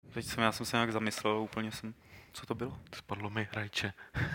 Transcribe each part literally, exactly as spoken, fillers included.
Teď jsem, já jsem se nějak zamyslel, úplně jsem, co to bylo? Spadlo mi rajče.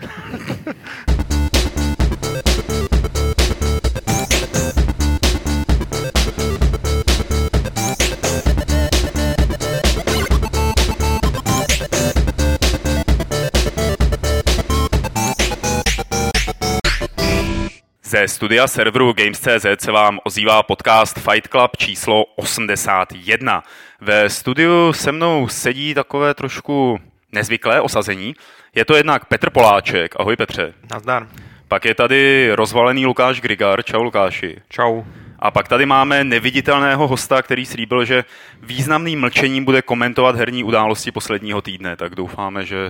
Ze studia serveru Games tečka cé zet se vám ozývá podcast Fight Club číslo osmdesát jedna. Ve studiu se mnou sedí takové trošku nezvyklé osazení. Je to jednak Petr Poláček. Ahoj Petře. Nazdar. Pak je tady rozvalený Lukáš Grigar. Čau Lukáši. Čau. A pak tady máme neviditelného hosta, který slíbil, že významným mlčením bude komentovat herní události posledního týdne. Tak doufáme, že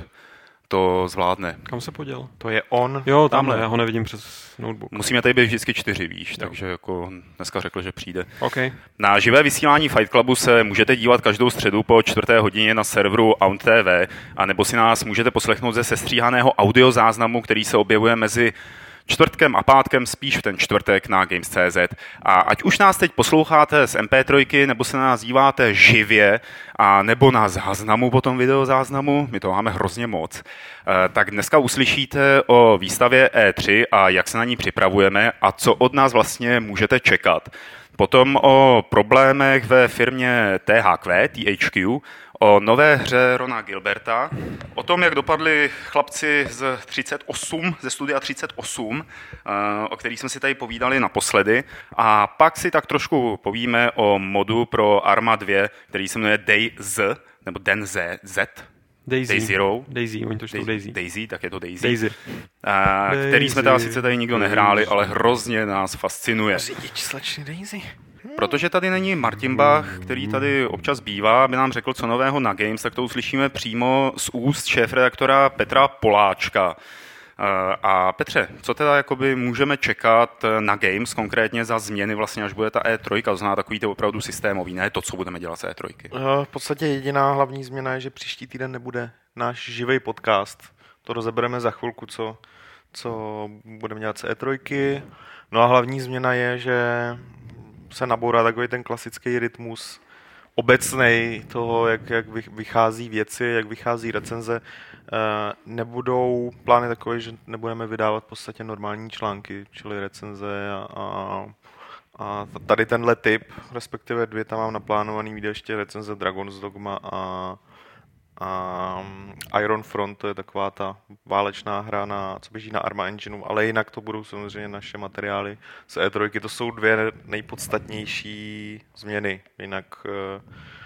to zvládne. Kam se poděl? To je on. Jo, tamhle, já ho nevidím přes notebook. Musíme tady být vždycky čtyři, víš, jo. Takže jako dneska řekl, že přijde. Okay. Na živé vysílání Fight Clubu se můžete dívat každou středu po čtvrté hodině na serveru Aunt T V, a nebo si nás můžete poslechnout ze sestříhaného audiozáznamu, který se objevuje mezi čtvrtkem a pátkem, spíš v ten čtvrtek na Games tečka cé zet. A ať už nás teď posloucháte z em pé tři, nebo se na nás díváte živě, a nebo na záznamu po tom videozáznamu, my to máme hrozně moc, tak dneska uslyšíte o výstavě E tři a jak se na ní připravujeme a co od nás vlastně můžete čekat. Potom o problémech ve firmě T H Q, T H Q, o nové hře Rona Gilberta, o tom, jak dopadli chlapci z třicet osm, ze studia třicet osm, o kterých jsme si tady povídali naposledy, a pak si tak trošku povíme o modu pro Arma dva, který se jmenuje DayZ, nebo Den Z, Z, Daisy. Day Zero. Daisy, oni to čtou Daisy. Daisy, tak je to Daisy. Daisy. A, který Daisy. jsme teda sice tady nikdo nehráli, ale hrozně nás fascinuje. Řidič slečny Daisy. Protože tady není Martin Bach, který tady občas bývá, aby nám řekl, co nového na Games, tak to uslyšíme přímo z úst šéfredaktora Petra Poláčka. A Petře, co teda jakoby můžeme čekat na Games, konkrétně za změny, vlastně až bude ta E tři, to znamená takový to opravdu systémový, ne to, co budeme dělat s E tři? V podstatě jediná hlavní změna je, že příští týden nebude náš živý podcast. To rozebereme za chvilku, co, co budeme dělat s E tři. No a hlavní změna je, že se nabourá takový ten klasický rytmus obecnej toho, jak, jak vychází věci, jak vychází recenze. Nebudou plány takové, že nebudeme vydávat v podstatě normální články, čili recenze a, a, a tady tenhle typ, respektive dvě, tam mám naplánovaný, vyjde ještě recenze Dragon's Dogma a, a Iron Front, to je taková ta válečná hra, na, co běží na Arma Engineu, ale jinak to budou samozřejmě naše materiály z E tři. To jsou dvě nejpodstatnější změny. Jinak eh,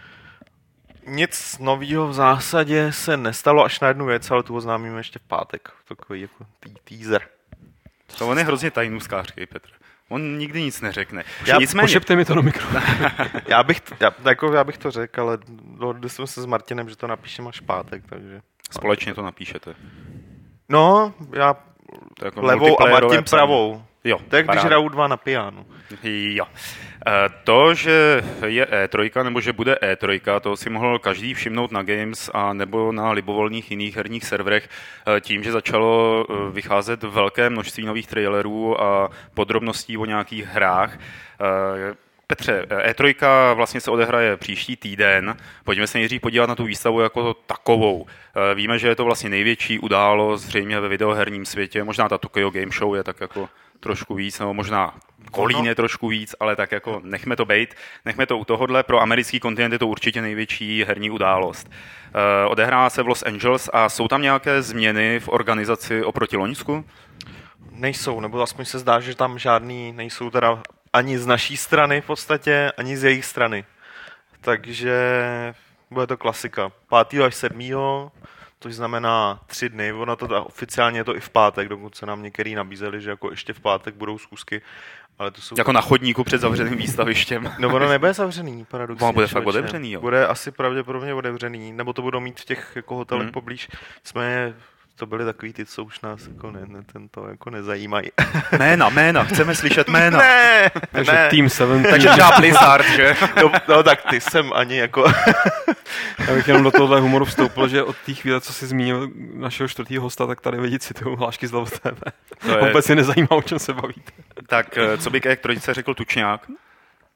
nic nového v zásadě se nestalo, až na jednu věc, ale tu oznámíme ještě v pátek. Takový jako teaser. To on je hrozně tajnůskářský, Petr. On nikdy nic neřekne. Já, Nicméně... Pošepte mi to do mikrofonu. já, bych, já, jako, já bych to řekl, ale dohodli jsme se s Martinem, že to napíšeme až v pátek, takže... Společně to napíšete. No, já to jako levou a Martin pravou. Jo, to je, když hraju dva na pianu. Jo. To, že je E tři, nebo že bude E tři, to si mohl každý všimnout na Games a nebo na libovolných jiných herních serverech tím, že začalo vycházet velké množství nových trailerů a podrobností o nějakých hrách. Petře, E tři vlastně se odehraje příští týden. Pojďme se nejdřív podívat na tu výstavu jako takovou. Víme, že je to vlastně největší událost zřejmě ve videoherním světě. Možná ta Tokyo Game Show je tak jako trošku víc, nebo možná Kolín je trošku víc, ale tak jako nechme to bejt, nechme to u tohohle. Pro americký kontinent je to určitě největší herní událost. Odehrává se v Los Angeles a jsou tam nějaké změny v organizaci oproti loňsku? Nejsou, nebo aspoň se zdá, že tam žádný nejsou teda ani z naší strany v podstatě, ani z jejich strany. Takže bude to klasika. pátého až sedmého To znamená tři dny, ono to oficiálně je to i v pátek, dokud se nám některý nabízeli, že jako ještě v pátek budou schůzky, ale to jsou... Jako na chodníku před zavřeným výstavištěm. No ono nebude zavřený, paradoxně. No, bude fakt otevřený, jo. Bude asi pravděpodobně otevřený, nebo to budou mít v těch jako hotelech hmm. poblíž. Jsme to byly takový ty, co už nás jako ne, ne, tento jako nezajímají. Jména, jména, chceme slyšet jména. Ne, Takže ne. Team sedm. Takže třeba Blizzard, že? No, no tak ty jsem ani jako... Já bych jenom do tohohle humoru vstoupil, že od té chvíle, co jsi zmínil našeho čtvrtého hosta, tak tady lidi citují hlášky z Love T V. To je... Vůbec si nezajímá, o čem se bavíte. Tak co by k E tři řekl Tučňák?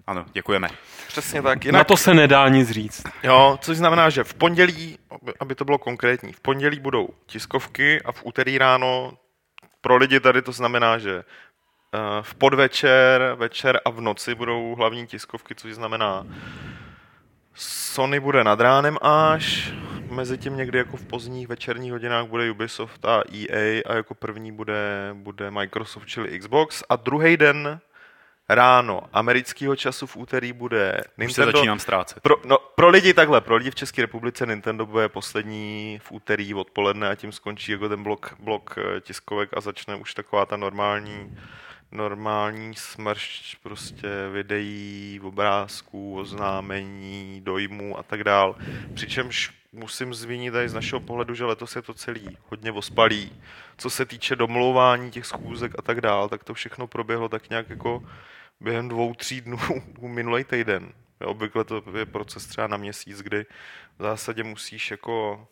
Ano, děkujeme. Přesně tak. Jinak, Na to se nedá nic říct. jo, což znamená, že v pondělí, aby to bylo konkrétní, v pondělí budou tiskovky a v úterý ráno pro lidi tady to znamená, že v podvečer, večer a v noci budou hlavní tiskovky, což znamená Sony bude nad ránem až, mezi tím někdy jako v pozdních večerních hodinách bude Ubisoft a E A a jako první bude, bude Microsoft, čili Xbox a druhý den ráno amerického času v úterý bude Nintendo. Už se začínám ztrácet. Pro, no, pro lidi takhle, pro lidi v České republice Nintendo bude poslední v úterý odpoledne a tím skončí jako ten blok, blok tiskovek a začne už taková ta normální normální smršť prostě videí, obrázků, oznámení, dojmů a tak dál. Přičemž musím zmínit tady z našeho pohledu, že letos je to celý hodně ospalý. Co se týče domlouvání těch schůzek a tak dál, tak to všechno proběhlo tak nějak jako během dvou, tří dnů minulý týden. Obvykle to je proces třeba na měsíc, kdy v zásadě musíš jako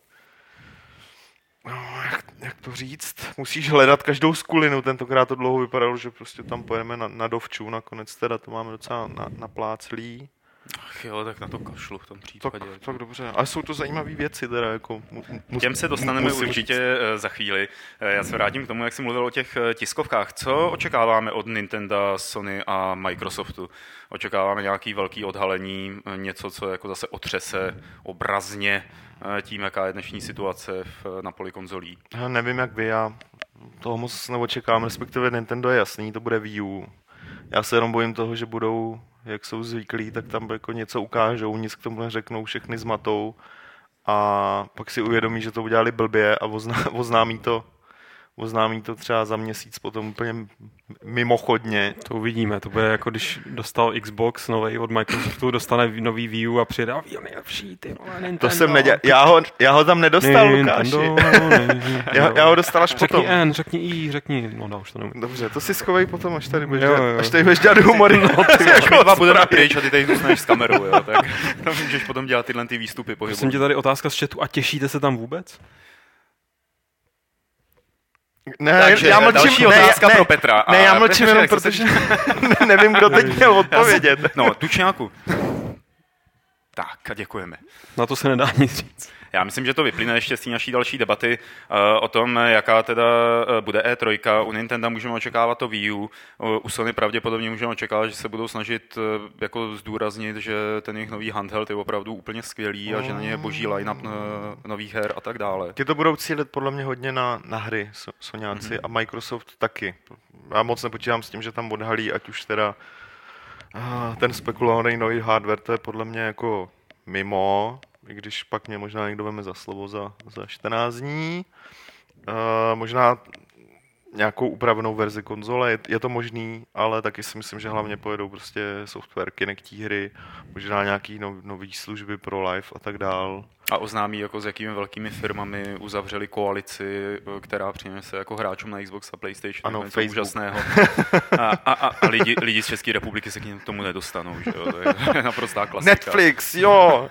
no, jak, jak to říct, musíš hledat každou skulinu, tentokrát to dlouho vypadalo, že prostě tam pojedeme na, na dovču, nakonec teda to máme docela na, napláclý. Ach jo, tak na to kašlu v tom případě. Tak, tak dobře, ale jsou to zajímavé věci teda, jako... K těm se dostaneme musím určitě říct. za chvíli. Já se vrátím k tomu, jak jsi mluvil o těch tiskovkách. Co očekáváme od Nintendo, Sony a Microsoftu? Očekáváme nějaký velký odhalení, něco, co jako zase otřese obrazně tím, jaká je dnešní situace v, na poli konzolí? Já nevím, jak vy, já toho moc neočekávám, respektive Nintendo je jasný, to bude Wii U. Já se jenom bojím toho, že budou, jak jsou zvyklí, tak tam jako něco ukážou, nic k tomu neřeknou, všechny zmatou a pak si uvědomí, že to udělali blbě a ozná, oznámí to oznámí to třeba za měsíc potom úplně mimochodně. To uvidíme, to bude jako když dostal Xbox nový od Microsoftu, dostane nový Wii U a přijde a Wii U nejlepší, ty vole, Nintendo. To jsem nedělal, já ho, já ho tam nedostal, Lukáši. já, já ho dostal až řekni potom. Řekni N, řekni I, řekni, no no, už to nemůžu. Dobře, to si schovej potom, až tady budeš Jo, dělat, jo. až tady budeš dělat humory. No, ty Až my dva budeme pryč a ty tady zůstaneš s kamerou, jo, tak můžeš potom dělat tyhle ty výstupy pohybu. Jsem ti tady otázka z chatu a těšíte se tam vůbec? Ne, Takže já mlčím, další ne, otázka ne, pro Petra. Ne, já A mlčím Petře, jenom, jak se protože nevím, kdo teď měl odpovědět. No, tučňáku. Tak, a děkujeme. Na to se nedá nic říct. Já myslím, že to vyplyne ještě z té naší další debaty uh, o tom, jaká teda uh, bude E tři. U Nintendo můžeme očekávat to Wii U. Uh, u Sony pravděpodobně můžeme očekávat, že se budou snažit uh, jako zdůraznit, že ten jejich nový handheld je opravdu úplně skvělý a že na něj je boží line-up uh, nových her a tak dále. Ty to budou cílit podle mě hodně na, na hry, Soňáci, mm-hmm. a Microsoft taky. Já moc nepočítám s tím, že tam odhalí, ať už teda uh, ten spekulovaný nový hardware, to je podle mě jako mimo, i když pak mě možná někdo veme za slovo za, za čtrnáct dní. Uh, možná nějakou upravenou verzi konzole, je, je to možný, ale taky si myslím, že hlavně pojedou prostě software, Kinectí hry, možná nějaký nov, nový služby pro live a tak dál. A oznámí, jako s jakými velkými firmami uzavřeli koalici, která přinese jako hráčům na Xbox a PlayStation. Ano, něco Facebook. úžasného. A, a, a, a lidi, lidi z České republiky se k tomu nedostanou, že jo? To je naprostá klasika. Netflix, jo!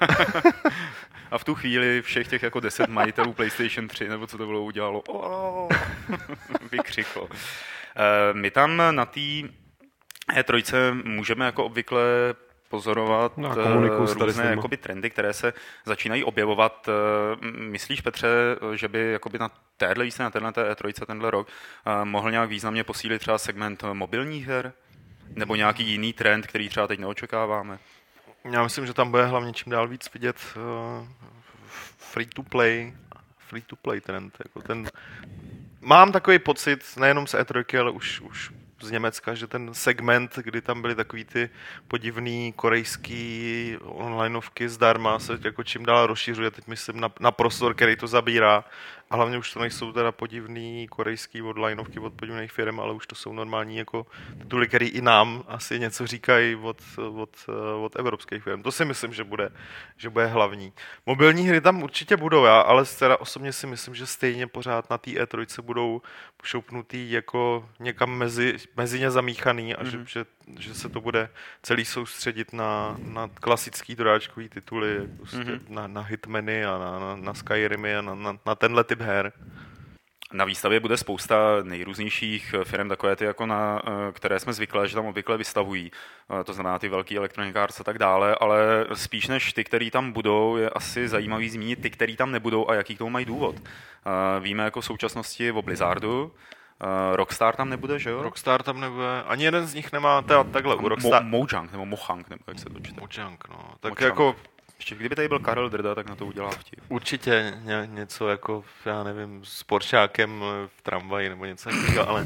A v tu chvíli všech těch jako deset majitelů PlayStation tři, nebo co to bylo, udělalo oh, vykřiklo. My tam na té E tři můžeme jako obvykle pozorovat no, různé jakoby, trendy, které se začínají objevovat. Myslíš, Petře, že by jakoby, na téhle výsledně, na téhle E tři tenhle rok mohl nějak významně posílit třeba segment mobilních her? Nebo nějaký jiný trend, který třeba teď neočekáváme? Já myslím, že tam bude hlavně čím dál víc vidět uh, free to play, free to play trend. Jako ten... Mám takový pocit, nejenom z E tři, ale už, už z Německa, že ten segment, kdy tam byly takový ty podivný korejský onlineovky zdarma, se jako čím dál rozšiřuje, teď myslím na, na prostor, který to zabírá. A hlavně už to nejsou teda podivný korejský onlineovky od podivných firm, ale už to jsou normální jako tituly, který i nám asi něco říkají od, od, od evropských firm. To si myslím, že bude, že bude hlavní. Mobilní hry tam určitě budou, já, ale teda osobně si myslím, že stejně pořád na té E tři budou pošoupnutý jako někam mezi, mezi ně zamíchaný a mm-hmm. že, že, že se to bude celý soustředit na, na klasický dodáčkový tituly, prostě mm-hmm. na, na Hitmany a na, na, na Skyrimy a na, na, na tenhle typ her. Na výstavě bude spousta nejrůznějších firm, takové ty, jako na, které jsme zvyklé, že tam obvykle vystavují. To znamená ty velký Electronic Arts a tak dále, ale spíš než ty, který tam budou, je asi zajímavý zmínit ty, který tam nebudou a jaký k tomu mají důvod. Víme jako v současnosti o Blizzardu, Rockstar tam nebude, že jo? Rockstar tam nebude, ani jeden z nich nemá teda takhle u Rockstar. Mo- Mojang, nebo Mojang, nebo jak se to čte. Mojang, no. Tak Mojang. jako... Ještě kdyby tady byl Karel Drda, tak na to udělá vtip. Určitě ně, něco jako, já nevím, s Poršákem v tramvaji nebo něco takového, ale...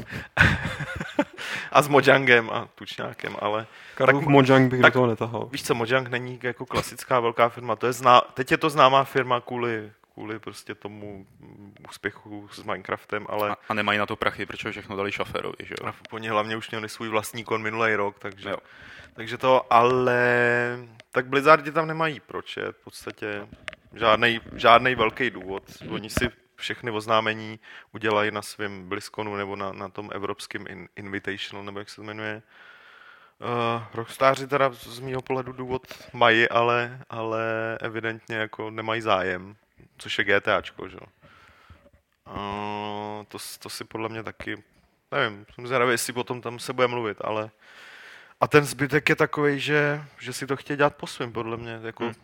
a s Mojangem a Tučňákem, ale... Karlův Mojang bych tak, do toho netahal. Víš co, Mojang není jako klasická velká firma, to je zná, teď je to známá firma kvůli, kvůli prostě tomu úspěchu s Minecraftem, ale... A, a nemají na to prachy, protože všechno dali Šaferovi, že jo? A oni hlavně už měli svůj vlastní kon minulý rok, takže... Jo. Takže to, ale... Tak Blizzardi tam nemají, proč je v podstatě žádnej, žádnej velký důvod. Oni si všechny oznámení udělají na svém BlizzConu nebo na, na tom evropském in, Invitational, nebo jak se to jmenuje. Uh, Rockstáři teda z mýho pohledu důvod mají, ale, ale evidentně jako nemají zájem, což je GTAčko, že? Uh, to, to si podle mě taky, nevím, jsem zvědavý, jestli potom tam se bude mluvit, ale a ten zbytek je takovej, že, že si to chtějí dělat po svém, podle mě. Jako, hmm.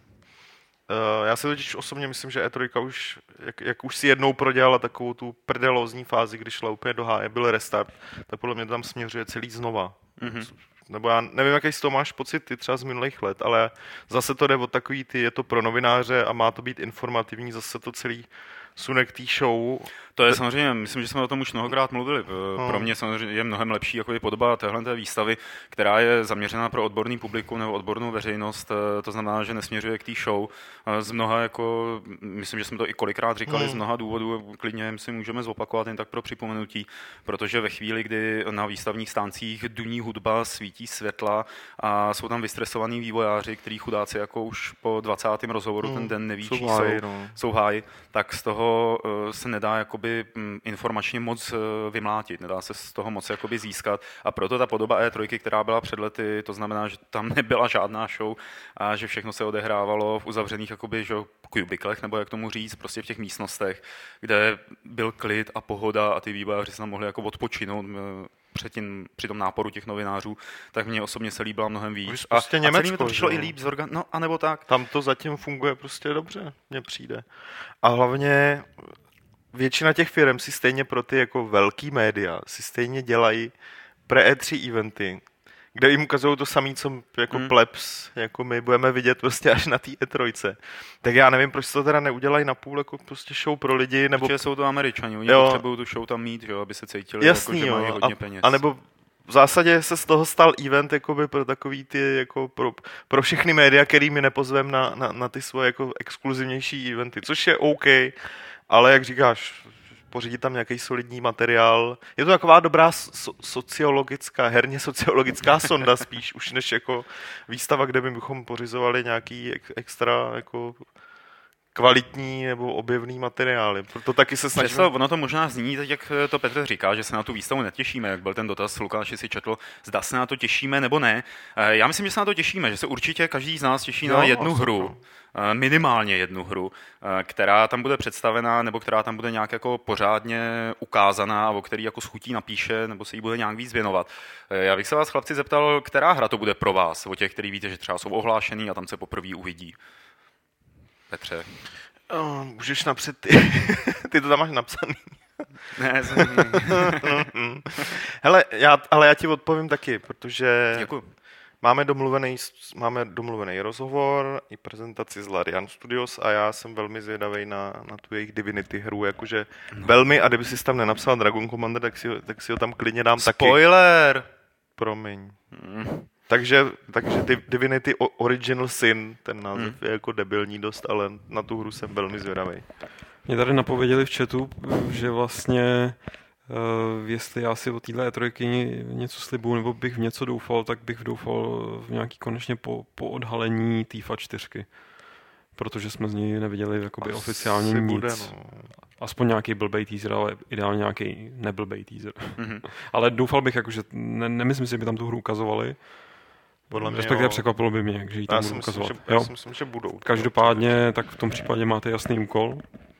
uh, já si totiž osobně myslím, že E tři už, jak, jak už si jednou prodělala takovou tu prdelózní fázi, když šla úplně do háje, byl restart, tak podle mě tam směřuje celý znova. Hmm. Nebo já nevím, jaký z toho máš pocit ty třeba z minulých let, ale zase to jde o takový ty, je to pro novináře a má to být informativní, zase to celý sunek té show. To je samozřejmě, myslím, že jsme o tom už mnohokrát mluvili. Pro mě samozřejmě je mnohem lepší jako podoba téhle výstavy, která je zaměřená pro odborný publikum nebo odbornou veřejnost. To znamená, že nesměřuje k té show. Z mnoha, jako, myslím, že jsme to i kolikrát říkali, hmm. z mnoha důvodů, klidně si můžeme zopakovat jen tak pro připomenutí, protože ve chvíli, kdy na výstavních stáncích duní hudba, svítí světla a jsou tam vystresovaní vývojáři, který chudáci jako už po dvacátém rozhovoru hmm. ten den neví, jsou čí háj, jsou, no. jsou háj, tak z toho se nedá jakoby informačně moc vymlátit, nedá se z toho moc jakoby získat a proto ta podoba E tři, která byla před lety, to znamená, že tam nebyla žádná show a že všechno se odehrávalo v uzavřených jakoby, že, kubiklech, nebo jak tomu říct, prostě v těch místnostech, kde byl klid a pohoda a ty vývojáři se tam mohli jako odpočinout před tím, při tom náporu těch novinářů, tak mně osobně se líbila mnohem víc. A, prostě a Německo, celý mi to přišlo i líp, zorgan... no a nebo tak. Tam to zatím funguje prostě dobře, mně přijde. A hlavně většina těch firm si stejně pro ty jako velký média si stejně dělají pre E tři eventy, kde jim ukazují to samé, co jako hmm. plebs, jako my budeme vidět prostě až na té E tři. Tak já nevím, proč to teda neudělají na půl jako prostě show pro lidi, nebo... Protože jsou to Američani, oni jo. potřebují tu show tam mít, jo, aby se cítili, jasný, jako, že mají jo. hodně a, peněz. A nebo v zásadě se z toho stal event jakoby pro takový ty, jako pro, pro všechny média, který my nepozveme na, na, na ty svoje jako exkluzivnější eventy, což je OK, ale jak říkáš, pořídit tam nějaký solidní materiál. Je to taková dobrá so, sociologická, herně sociologická sonda spíš, už než jako výstava, kde bychom pořizovali nějaký ek, extra jako kvalitní nebo objevný materiály. Proto taky se snažíme... Přesto, ono to možná zní, teď jak to Petr říká, že se na tu výstavu netěšíme, jak byl ten dotaz, Lukáši si četl, zda se na to těšíme nebo ne. Já myslím, že se na to těšíme, že se určitě každý z nás těší jo, na jednu hru, minimálně jednu hru, která tam bude představená, nebo která tam bude nějak jako pořádně ukázaná, o který jako schutí napíše, nebo se jí bude nějak víc věnovat. Já bych se vás, chlapci, zeptal, která hra to bude pro vás, o těch, který víte, že třeba jsou ohlášený a tam se poprvé uvidí. Petře. Oh, můžeš napřed ty. Ty to tam máš napsaný. Ne, hele, já, ale já ti odpovím taky, protože děkuji. Máme domluvený, máme domluvený rozhovor i prezentaci z Larian Studios a já jsem velmi zvědavý na, na tu jejich Divinity hru, jakože no. velmi, a kdyby si tam nenapsal Dragon Commander, tak si, tak si ho tam klidně dám Spoiler. taky. Spoiler! Promiň. Hmm. Takže, takže Divinity Original Sin, ten název hmm. je jako debilní dost, ale na tu hru jsem velmi zvědavý. Mě tady napověděli v chatu, že vlastně uh, jestli já si od téhle E tři něco slibuju, nebo bych v něco doufal, tak bych doufal v nějaký konečně po, po odhalení T I F A čtyři. Protože jsme z ní neviděli jakoby asi oficiálně nic. Bude, no. Aspoň nějaký blbej teaser, ale ideálně nějaký neblbej teaser. Mm-hmm. Ale doufal bych, jako, že ne, nemyslím si, že by tam tu hru ukazovali. Podle mě respektive jo. Překvapilo by mě, že ji tam budou ukazovat. Myslím, že, já si myslím, že budou. Každopádně, tak v tom případě máte jasný úkol.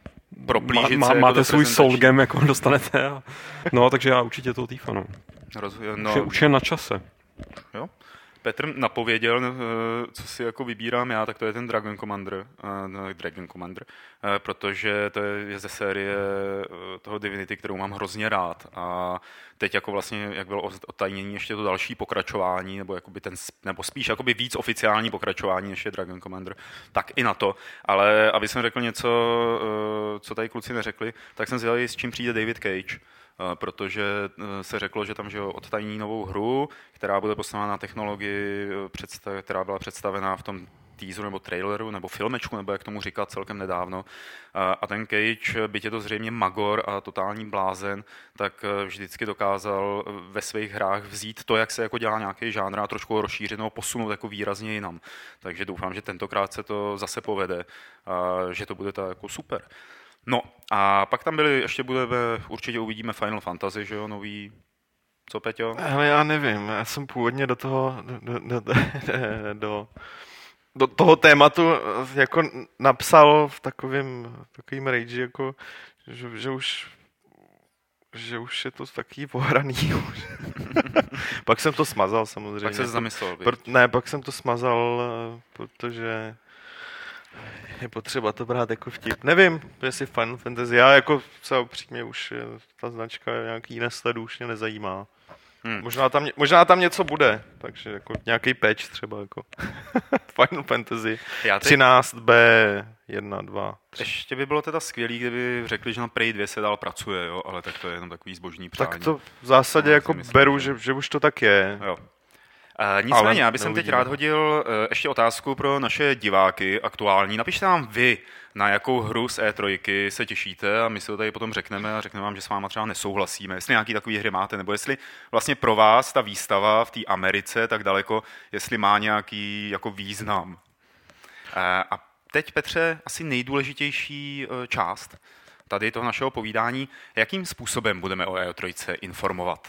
proplížit má, se má, máte jako svůj soul game, jako dostanete. A... No, takže já určitě toho týfa, no. Roz, no. Už, je, už je na čase. Jo. Petr napověděl, co si jako vybírám já, tak to je ten Dragon Commander, uh, Dragon Commander, uh, protože to je ze série toho Divinity, kterou mám hrozně rád. A teď jako vlastně, jak bylo otajnění ještě to další pokračování, nebo, jakoby ten, nebo spíš jakoby víc oficiální pokračování, než je Dragon Commander, tak i na to. Ale aby jsem řekl něco, uh, co tady kluci neřekli, tak jsem zvědavý, s čím přijde David Cage, protože se řeklo, že tam že odtajní novou hru, která bude postavená na technologii, která byla představená v tom teaseru nebo traileru nebo filmečku, nebo jak tomu říkat celkem nedávno. A ten Cage, byť je to zřejmě magor a totální blázen, tak vždycky dokázal ve svých hrách vzít to, jak se jako dělá nějaký žánr a trošku rozšířit nebo posunout jako výrazně jinam. Takže doufám, že tentokrát se to zase povede a že to bude tak jako super. No a pak tam byly, ještě budeme, určitě uvidíme Final Fantasy, že jo, nový, co Peťo? Ale já nevím, já jsem původně do toho, do, do, do, do, do toho tématu jako napsal v takovým, takovým rage, jako, že, že už že už je to takový pohraný. Pak jsem to smazal samozřejmě. Pak se zamyslel, Pro, Ne, pak jsem to smazal, protože je potřeba to brát jako vtip. Nevím, jestli Final Fantasy, já jako se opřímně už ta značka nějaký nesledu už mě nezajímá. Hmm. Možná, tam, možná tam něco bude, takže jako nějaký patch třeba jako Final Fantasy teď... třináct bé jedna, dva, tři. Ještě by bylo teda skvělý, kdyby řekli, že na Prey dva se dál pracuje, jo, ale tak to je jenom takový zbožní přání. Tak to v zásadě no, jako myslím, beru, že, že už to tak je. Jo. Uh, nicméně, já bych jsem teď rád hodil uh, ještě otázku pro naše diváky aktuální. Napište nám vy, na jakou hru z E tři se těšíte a my si to tady potom řekneme a řekneme vám, že s váma třeba nesouhlasíme. Jestli nějaký takový hry máte, nebo jestli vlastně pro vás ta výstava v té Americe tak daleko, jestli má nějaký jako význam. Uh, a teď, Petře, asi nejdůležitější uh, část tady toho našeho povídání. Jakým způsobem budeme o E tři informovat?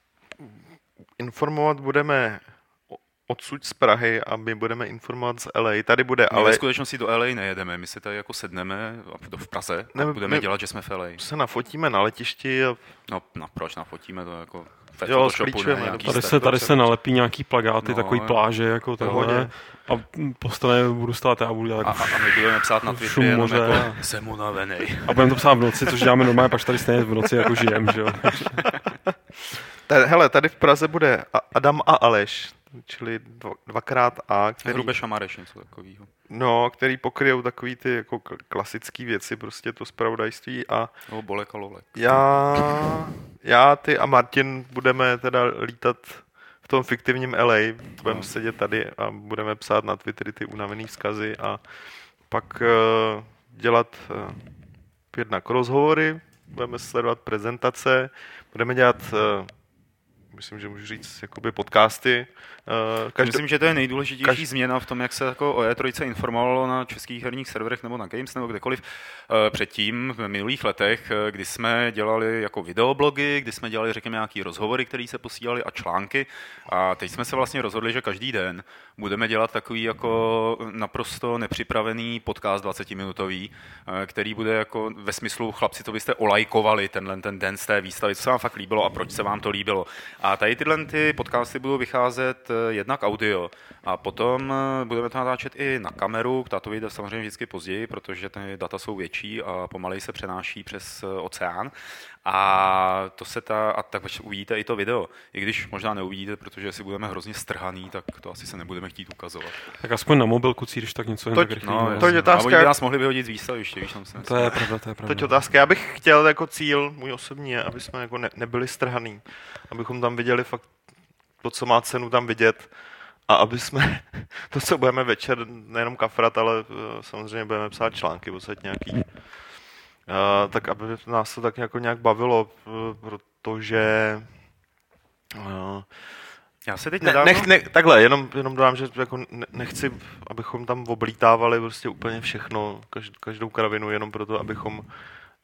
Informovat budeme odsud z Prahy a my budeme informovat z L A. Tady bude ale... My ve skutečnosti do L A nejedeme, my si tady jako sedneme v Praze a ne, budeme my dělat, že jsme v L A. Se nafotíme na letišti a... No, no proč nafotíme to jako... Jo, sklíčujeme. Tady se, tady se nalepí nějaký plagáty, no, takový pláže, jako tohle. A postavíme, budu stát a budu dělat jako... A, a my budeme psát na Twitteru jenom jako jsem unavenej. A budeme to psát v noci, což děláme normálně, pak tady stejně v noci jako žijem, že jo. Hele, tady v Praze bude Adam a Aleš, čili dva, dvakrát A. Který, Hrubeš a Mareš, něco takového. No, který pokryjou takový ty jako klasické věci, prostě to zpravodajství a... No, Bolek a Lolek. Já, já, ty a Martin budeme teda lítat v tom fiktivním L A, budeme no. sedět tady a budeme psát na Twittery ty unavený vzkazy a pak uh, dělat uh, jednak rozhovory, budeme sledovat prezentace, budeme dělat... Uh, myslím, že můžu říct, jakoby podcasty. Každou... Myslím, že to je nejdůležitější Každ... změna v tom, jak se jako o E tři informovalo na českých herních serverech nebo na Games nebo kdekoliv předtím v minulých letech, kdy jsme dělali jako videoblogy, kdy jsme dělali, řekněme, nějaký rozhovory, které se posílali a články. A teď jsme se vlastně rozhodli, že každý den budeme dělat takový jako naprosto nepřipravený podcast dvacetiminutový, který bude jako ve smyslu, chlapci, to byste olajkovali tenhle ten den z té výstavy, co se vám fakt líbilo a proč se vám to líbilo. A tady tyhle ty podcasty budou vycházet jednak audio a potom budeme to natáčet i na kameru, ta to vyjde samozřejmě vždycky později, protože ty data jsou větší a pomaleji se přenáší přes oceán. A to se ta, a tak uvidíte i to video. I když možná neuvidíte, protože si budeme hrozně strhaný, tak to asi se nebudeme chtít ukazovat. Tak aspoň na mobilku cíliš tak něco to, jen tak rychlý. No, to je otázka. A oni by nás mohli vyhodit z výstaviště, víš, tam se to je pravda, to je pravda. To je otázka. Já bych chtěl jako cíl, můj osobní je, aby jsme jako ne, nebyli strhaný. Abychom tam viděli fakt to, co má cenu tam vidět. A aby jsme to, co budeme večer, nejenom kafrat, ale samozřejmě budeme psát články, podstatě nějaký. Uh, tak aby nás to tak jako nějak bavilo, protože uh, já se teď ne, nedávno... nech, ne, takhle, jenom, jenom dodám, že jako nechci, abychom tam oblítávali prostě úplně všechno, každou kravinu, jenom proto, abychom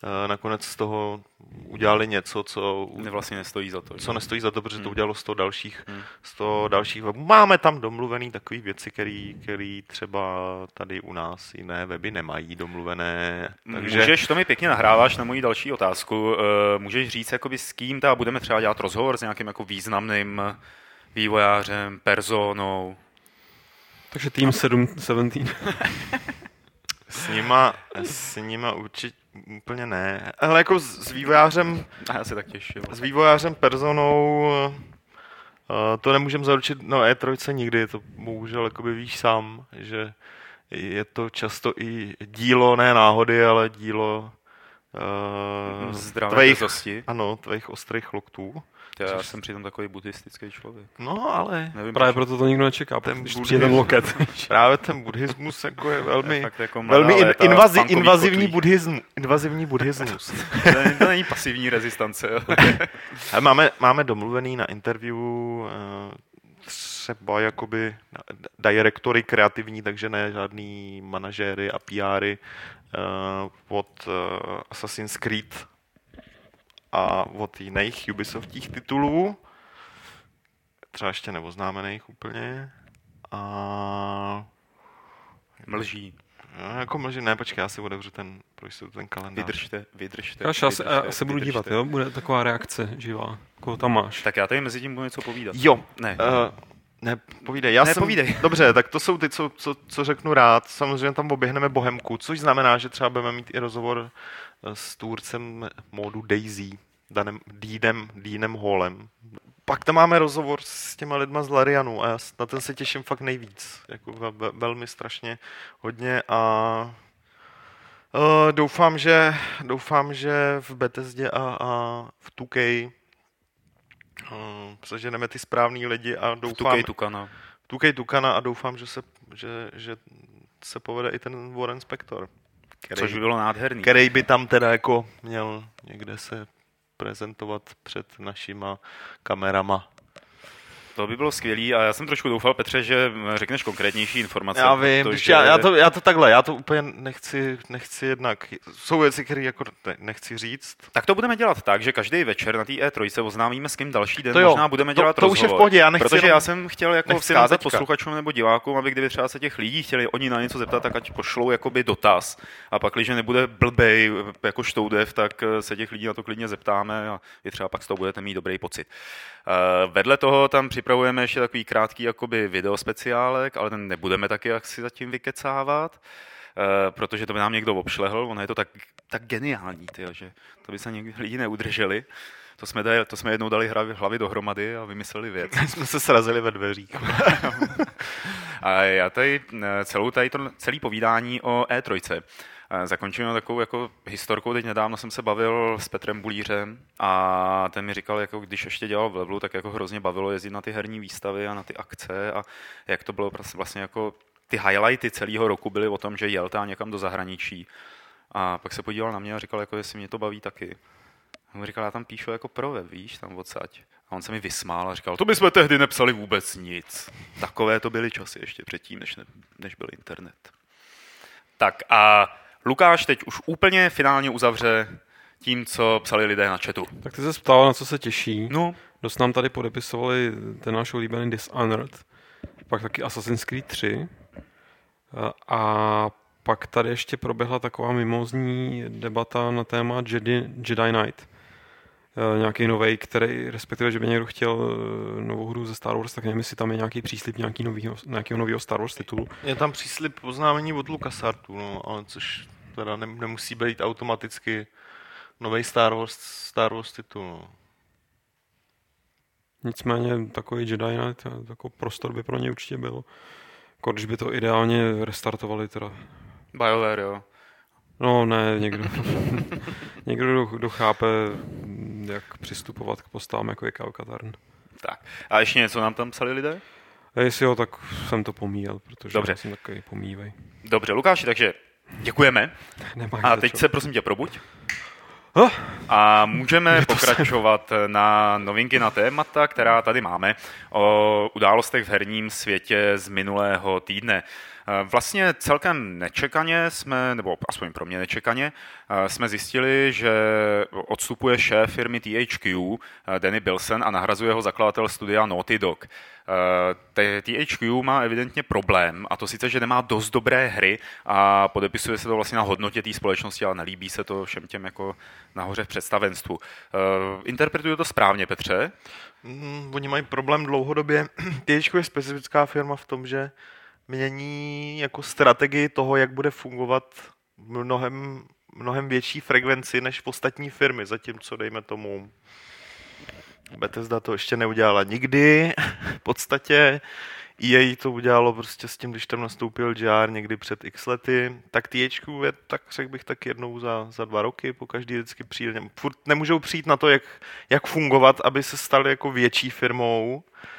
nakonec z toho udělali něco, co vlastně nestojí za to. Co ne? nestojí za to, protože hmm. to udělalo sto dalších, hmm. sto dalších webů. Máme tam domluvený takové věci, které třeba tady u nás jiné weby nemají domluvené. Takže... Můžeš, to mi pěkně nahráváš na moji další otázku, můžeš říct, jakoby, s kým ta budeme třeba dělat rozhovor s nějakým jako významným vývojářem, personou. Takže tým sedm, sedmnáct. S nima, s nima určitě úplně ne. Ale jako s, s vývojářem... A já se tak těším. S vývojářem, personou... Uh, to nemůžeme zaručit, no E tři nikdy, to bohužel jakoby víš sám, že je to často i dílo, ne náhody, ale dílo uh, zdravé tvých, drzosti. Ano, tvých ostrých loktů. Já což... jsem přitom takový buddhistický člověk. No, ale... Nevím, právě proto to nikdo nečeká, ten když přijde ten loket. Právě ten buddhismus jako je velmi, je jako velmi in, invazi, invazivní buddhismus. Invazivní buddhismus. to, není, to není pasivní rezistance. máme, máme domluvený na interview uh, třeba jakoby direktory kreativní, takže ne žádný manažéry a P Ry uh, od uh, Assassin's Creed a od jiných Ubisoftích titulů, třeba ještě neoznámených úplně. A... Mlží. No, jako mlží, ne, počkej, já si otevřu ten, projdu ten kalendář. Vydržte, vydržte. Kaž, já se, já se budu dívat, jo? Bude taková reakce živá. Koho tam máš? Tak já tady mezi tím budu něco povídat. Jo. Ne. Uh, ne, povídej. Já ne, jsem, povídej. Dobře, tak to jsou ty, co, co, co řeknu rád. Samozřejmě tam oběhneme Bohemku, což znamená, že třeba budeme mít i rozhovor s tvůrcem módu Daisy, Danem, Deanem, Deanem Hallem. Pak tam máme rozhovor s těma lidma z Larianu a já na ten se těším fakt nejvíc. Jako ve, ve, velmi strašně hodně a uh, doufám, že, doufám, že v Bethesdě a, a v two K uh, seženeme ty správný lidi a doufám... V two K Tukana. V two K Tukana a doufám, že se, že, že se povede i ten Warren Spector. Který, což by bylo nádherný. Který by tam teda jako měl někde se prezentovat před našima kamerama. To by bylo skvělý a já jsem trošku doufal, Petře, že řekneš konkrétnější informace. Já vím, protože... já, já, to, já to takhle, já to úplně nechci, nechci jednak, jsou věci, které jako nechci říct. Tak to budeme dělat tak, že každý večer na té E tři oznámíme, s kým další den to jo, možná budeme dělat to, to rozhovor. už je v pohodě, já nechci protože jenom, já jsem chtěl jako vzkázat posluchačům nebo divákům, aby kdyby třeba se těch lidí chtěli oni na něco zeptat, tak ať pošlou jakoby dotaz. A pak, když nebude blbej jako Štoudev, tak se těch lidí na to klidně zeptáme a vy třeba pak z toho budete mít dobrý pocit. Uh, vedle toho tam připravujeme ještě takový krátký jakoby videospeciálek, ale ten nebudeme taky asi zatím vykecávat, uh, protože to by nám někdo obšlehl, ono je to tak, tak geniální, tyjo, že to by se někdy lidi neudrželi. To jsme, dali, to jsme jednou dali hlavy dohromady a vymysleli věc. jsme se srazili ve dveřích. A já tady celou tady to, celý povídání o E tři zakončíme takovou jako historkou. Teď nedávno jsem se bavil s Petrem Bulířem a ten mi říkal, jako když ještě dělal v Levelu, tak jako hrozně bavilo jezdit na ty herní výstavy a na ty akce a jak to bylo vlastně jako ty highlighty celého roku byly o tom, že jel tam někam do zahraničí. A pak se podíval na mě a říkal, jako jestli mě to baví taky. A on říkal, já tam píšu jako pro web, víš, tam odsaď. A on se mi vysmál a říkal, to bychom tehdy nepsali vůbec nic. Takové to byly časy ještě předtím, než, ne, než byl internet. Tak a Lukáš teď už úplně finálně uzavře tím, co psali lidé na chatu. Tak ty se ptal, na co se těší. No. Dost nám tady podepisovali ten náš oblíbený Dishonored, pak taky Assassin's Creed tři a pak tady ještě proběhla taková mimózní debata na téma Jedi, Jedi Knight. Nějaký novej, který, respektive, že by někdo chtěl novou hru ze Star Wars, tak nevím, jestli tam je nějaký příslib nějaký novýho, nějakého nového Star Wars titulu. Je tam příslib oznámení od LucasArtu, no, ale což teda ne, nemusí být automaticky nový Star Wars, Star Wars titul. No. Nicméně takový Jedi Knight, takový prostor by pro ně určitě byl. Když by to ideálně restartovali teda. BioWare, jo. No ne, někdo, někdo kdo chápe, jak přistupovat k postávám, jako je Kao Katarn. Tak. A ještě něco nám tam psali lidé? A jestli jo, tak jsem to pomíjel, protože Dobře. jsem takový pomívej. Dobře, Lukáši, takže děkujeme. Nemáš a teď čo. se prosím tě probuď. Oh. A můžeme pokračovat na novinky na témata, která tady máme, o událostech v herním světě z minulého týdne. Vlastně celkem nečekaně jsme, nebo aspoň pro mě nečekaně, jsme zjistili, že odstupuje šéf firmy T H Q, Danny Bilson, a nahrazuje ho zakladatel studia Naughty Dog. T H Q má evidentně problém, a to sice, že nemá dost dobré hry a podepisuje se to vlastně na hodnotě té společnosti, ale nelíbí se to všem těm jako nahoře v představenstvu. Interpretuju to správně, Petře? Mm, oni mají problém dlouhodobě. T H Q je specifická firma v tom, že mění jako strategii toho, jak bude fungovat mnohem, mnohem větší frekvenci než v ostatní firmy, zatímco dejme tomu Bethesda to ještě neudělala nikdy, v podstatě E A to udělalo prostě s tím, když tam nastoupil J R někdy před x lety, tak T H Q je, tak řekl bych, tak jednou za, za dva roky, po každý vždycky přijde. Furt nemůžou přijít na to, jak, jak fungovat, aby se stali jako větší firmou,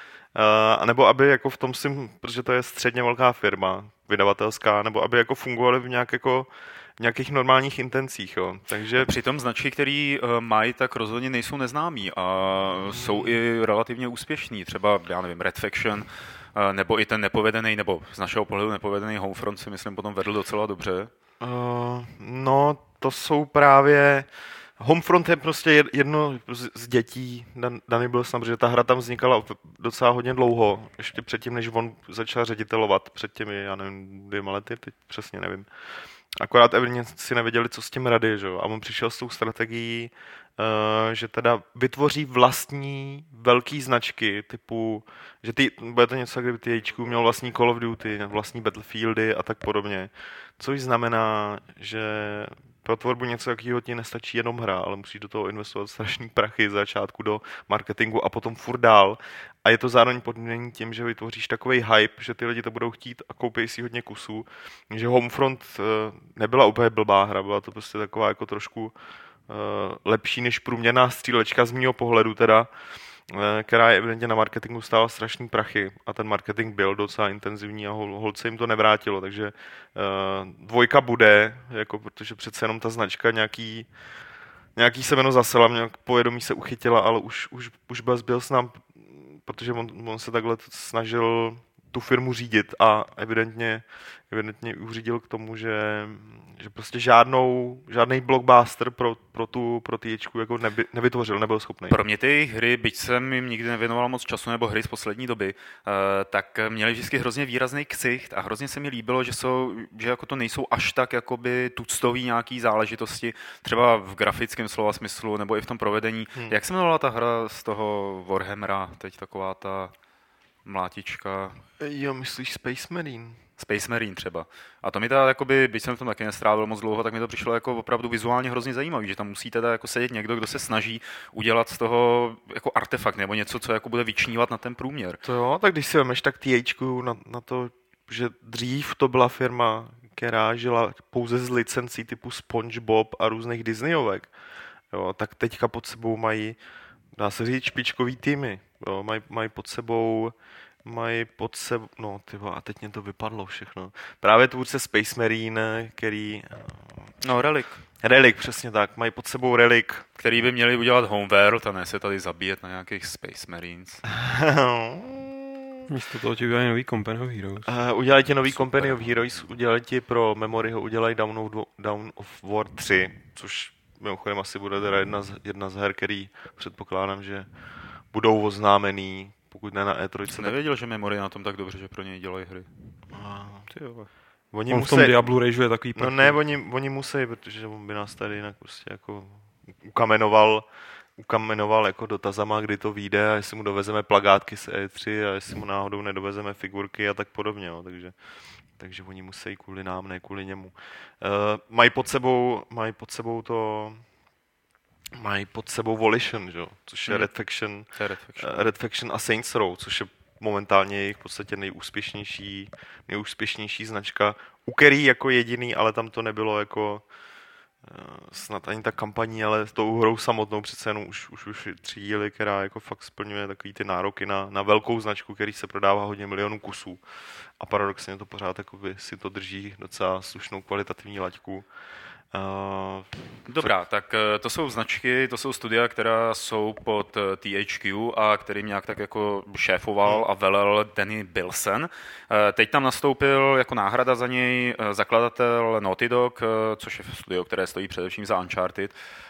uh, nebo aby jako v tom si, protože to je středně velká firma, vydavatelská, nebo aby jako fungovali v nějak jako v nějakých normálních intencích, jo. Takže přitom značky, které uh, mají, tak rozhodně nejsou neznámí a hmm. jsou i relativně úspěšní. Třeba, já nevím, Red Faction, uh, nebo i ten nepovedený, nebo z našeho pohledu nepovedený Homefront si myslím potom vedl docela dobře. Uh, no, to jsou právě... Homefront je prostě jedno z dětí Danny Bilsona, protože ta hra tam vznikala docela hodně dlouho, ještě předtím, než on začal ředitelovat, před těmi, já nevím, dvěma lety, teď přesně nevím. Akorát evidentně si nevěděli, co s tím rady, že? A on přišel s tou strategií, uh, že teda vytvoří vlastní velký značky, typu, že ty, bude to něco, kdyby T H Q měl vlastní Call of Duty, vlastní Battlefieldy a tak podobně. Což znamená, že pro tvorbu něco jakýho ti nestačí jenom hra, ale musíš do toho investovat strašný prachy z začátku do marketingu a potom furt dál. A je to zároveň podmíněný tím, že vytvoříš takovej hype, že ty lidi to budou chtít a koupí si hodně kusů. Že Homefront nebyla úplně blbá hra, byla to prostě taková jako trošku lepší než průměrná střílečka z mýho pohledu teda, která je evidentně na marketingu stála strašný prachy a ten marketing byl docela intenzivní a hol, holce jim to nevrátilo, takže uh, dvojka bude, jako, protože přece jenom ta značka nějaký, nějaký semeno zasela, nějak povědomí se uchytila, ale už, už, už byl s nám, protože on, on se takhle snažil tu firmu řídit a evidentně, evidentně uřídil k tomu, že, že prostě žádnou, žádný blockbuster pro, pro tu pro T H Q jako neby, nevytvořil, nebyl schopný. Pro mě ty hry, byť jsem jim nikdy nevěnoval moc času, nebo hry z poslední doby, tak měly vždycky hrozně výrazný ksicht a hrozně se mi líbilo, že, jsou, že jako to nejsou až tak jakoby tuctový nějaký záležitosti, třeba v grafickém slova smyslu, nebo i v tom provedení. Hmm. Jak se jmenovala ta hra z toho Warhammera, teď taková ta mlátička? Jo, myslíš Space Marine? Space Marine třeba. A to mi teda, jakoby, byť jsem v tom taky nestrávil moc dlouho, tak mi to přišlo jako opravdu vizuálně hrozně zajímavý, že tam musí teda jako sedět někdo, kdo se snaží udělat z toho jako artefakt nebo něco, co jako bude vyčnívat na ten průměr. To jo, tak když si vemeš, tak T H Q na, na to, že dřív to byla firma, která žila pouze z licencí typu SpongeBob a různých Disneyovek, jo, tak teďka pod sebou mají, dá se říct, špičkový týmy, jo, mají, mají pod sebou mají pod sebou, no tyvo, a teď mě to vypadlo všechno. Právě tvůrce Space Marine, který... No, Relic. Relic, přesně tak, mají pod sebou Relic. Který by měli udělat Homeworld a ne se tady zabíjet na nějakých Space Marines. Místo toho ti udělají nový Company of Heroes. Uh, udělají ti nový Super. Company of Heroes, udělají ti pro Memory, ho udělají Dawn of, Dawn of War tři, což mimochodem asi bude teda jedna z, jedna z her, který předpokládám, že budou oznámený, pokud ne na E tři. Jsem nevěděl, že Memory na tom tak dobře, že pro něj dělají hry. Ty jo. Oni on musí... v tom Diablu rageuje takový No ne, oni, oni musí, protože on by nás tady jinak prostě jako ukamenoval, ukamenoval jako dotazama, kdy to vyjde a jestli mu dovezeme plakátky z E tři a jestli mu náhodou nedovezeme figurky a tak podobně, jo. Takže, takže oni musí kvůli nám, ne kvůli němu. Uh, mají pod sebou, mají pod sebou to... Mají pod sebou Volition, že? Což je hmm. Red Faction, Red Faction. Uh, Red Faction a Saints Row, což je momentálně jejich v podstatě nejúspěšnější, nejúspěšnější značka, u který jako jediný, ale tam to nebylo jako uh, snad ani ta kampaní, ale s tou hrou samotnou přece jenom už, už, už tři díly, která jako fakt splňuje takový ty nároky na, na velkou značku, který se prodává hodně milionů kusů. A paradoxně to pořád jakoby si to drží docela slušnou kvalitativní laťku. Uh, Dobrá, tak to jsou značky, to jsou studia, která jsou pod T H Q a kterým nějak tak jako šéfoval a velel Danny Bilson. Teď tam nastoupil jako náhrada za něj zakladatel Naughty Dog, což je studio, které stojí především za Uncharted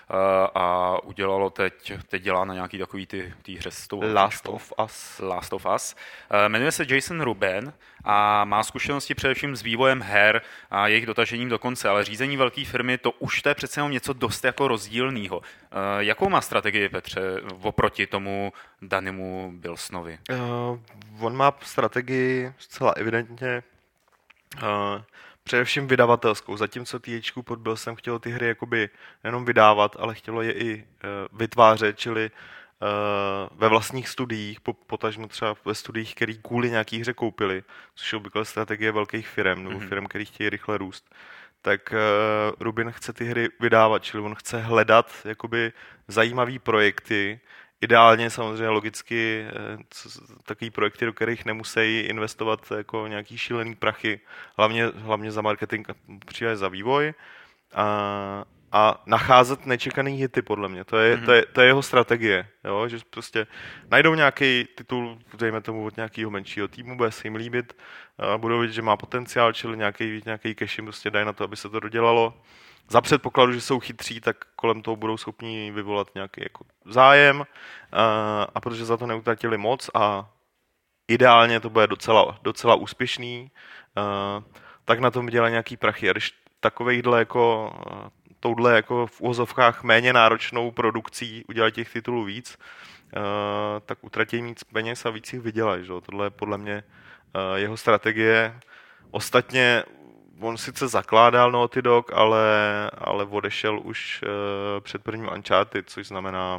a udělalo teď, teď dělá na nějaký takový ty, ty hře s tou Last of Us. Last of Us. Jmenuje se Jason Ruben a má zkušenosti především s vývojem her a jejich dotažením do konce, ale řízení velké firmy, to už to je přece jenom něco dost jako rozdílného. Jakou má strategii, Petře, oproti tomu Dannymu Bilsonovi? Uh, on má strategii zcela evidentně uh, především vydavatelskou. Zatímco T H Q pod Bilsonem chtělo ty hry jakoby nejenom vydávat, ale chtělo je i uh, vytvářet, čili uh, ve vlastních studiích, po, potažmo třeba ve studiích, který kvůli nějaký hře koupili, což je obvykle strategie velkých firm, nebo mm-hmm. firm, který chtějí rychle růst, tak uh, Rubin chce ty hry vydávat, čili on chce hledat jakoby zajímavý projekty, ideálně samozřejmě logicky takový projekty, do kterých nemusí investovat jako nějaký šílený prachy, hlavně, hlavně za marketing a případně za vývoj a, a nacházet nečekaný hity podle mě. To je, mm-hmm. to je, to je jeho strategie, jo? Že prostě najdou nějaký titul, dejme tomu od nějakého menšího týmu, bude se jim líbit, a budou vidět, že má potenciál, čili nějaký, nějaký cash jim prostě dají na to, aby se to dodělalo. Za předpokladu, že jsou chytří, tak kolem toho budou schopni vyvolat nějaký jako zájem a, a protože za to neutratili moc a ideálně to bude docela, docela úspěšný, a, tak na tom vydělají nějaký prachy. A když takovejhle jako, touhle jako v úvozovkách méně náročnou produkcí udělají těch titulů víc, a, tak utratí víc peněz a víc jich vydělají. Že? Tohle je podle mě a, jeho strategie. Ostatně on sice zakládal Naughty Dog, ale, ale odešel už uh, před prvním Uncharted, což znamená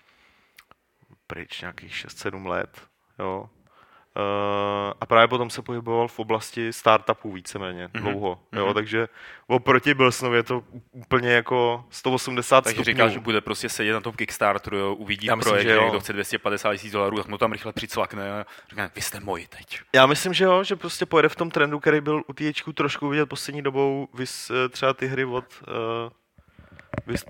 pryč nějakých šest sedm let. Jo. Uh, a právě potom se pohyboval v oblasti startupů víceméně mm-hmm. dlouho. Jo. Mm-hmm. Takže oproti Bilsonovi je to úplně jako sto osmdesát Takže stupňů. říká, že bude prostě sedět na tom Kickstarteru, jo, uvidí Já myslím, projekt, že někdo chce dvě stě padesát tisíc dolarů, tak mu tam rychle přicvakne a říká, vy jste moji teď. Já myslím, že jo, že prostě pojede v tom trendu, který byl u T H Q trošku vidět poslední dobou, vys třeba ty hry od... Uh, vys...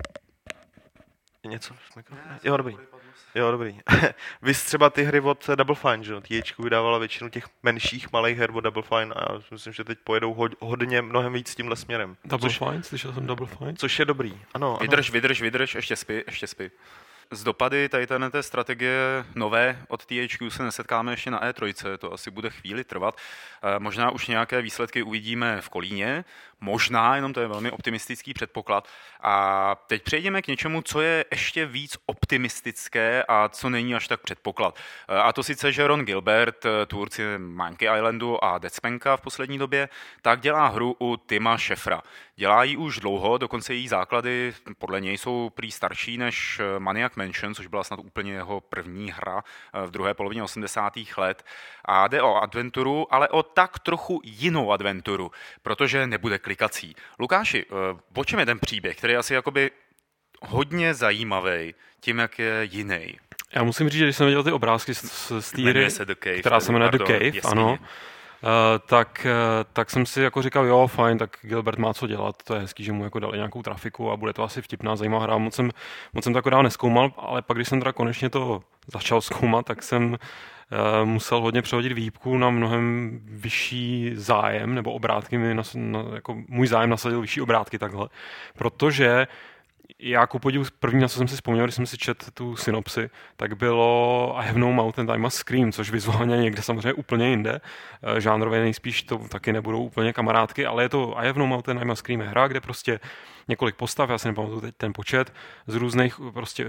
Něco? Jo, dobrý. Jo, dobrý. Vys třeba ty hry od Double Fine, že jo? T H Q vydávala většinu těch menších, malých her od Double Fine a já myslím, že teď pojedou hodně, mnohem víc tímhle směrem. Double což, Fine? Slyšel jsem Double Fine? Což je dobrý, ano. Vydrž, ano. vydrž, vydrž, ještě spí, ještě spí. Z dopady tady té strategie nové od T H Q se nesetkáme ještě na E tři, to asi bude chvíli trvat. Možná už nějaké výsledky uvidíme v Kolíně, možná, jenom to je velmi optimistický předpoklad. A teď přejdeme k něčemu, co je ještě víc optimistické a co není až tak předpoklad. A to sice, že Ron Gilbert, tvůrci Monkey Islandu a Dead Spanka v poslední době, tak dělá hru u Tima Schäfera. Dělá ji už dlouho, dokonce její základy podle něj jsou prý starší než Maniac Mansion, což byla snad úplně jeho první hra v druhé polovině osmdesátých let. A jde o adventuru, ale o tak trochu jinou adventuru, protože nebude klikací. Lukáši, o čem je ten příběh, který je asi jakoby hodně zajímavý tím, jak je jiný? Já musím říct, že když jsem viděl ty obrázky z, z té hry, která se jmenuje The Cave, jasný. ano, Uh, tak, uh, tak jsem si jako říkal, jo, fajn, tak Gilbert má co dělat, to je hezký, že mu jako dali nějakou trafiku a bude to asi vtipná, zajímavá hra. Moc jsem, moc jsem to jako dál neskoumal, ale pak, když jsem teda konečně to začal zkoumat, tak jsem uh, musel hodně přehodit výhybku na mnohem vyšší zájem, nebo obrátky mi, nas, na, jako můj zájem nasadil vyšší obrátky takhle, protože já ku podivu první, na co jsem si vzpomněl, když jsem si četl tu synopsi, tak bylo I have no mouth and I must scream, což vizuálně někde samozřejmě úplně jinde. Žánrově nejspíš to taky nebudou úplně kamarádky, ale je to I have no mouth and I must scream je hra, kde prostě několik postav, já si nepamatuju teď ten počet, z různých prostě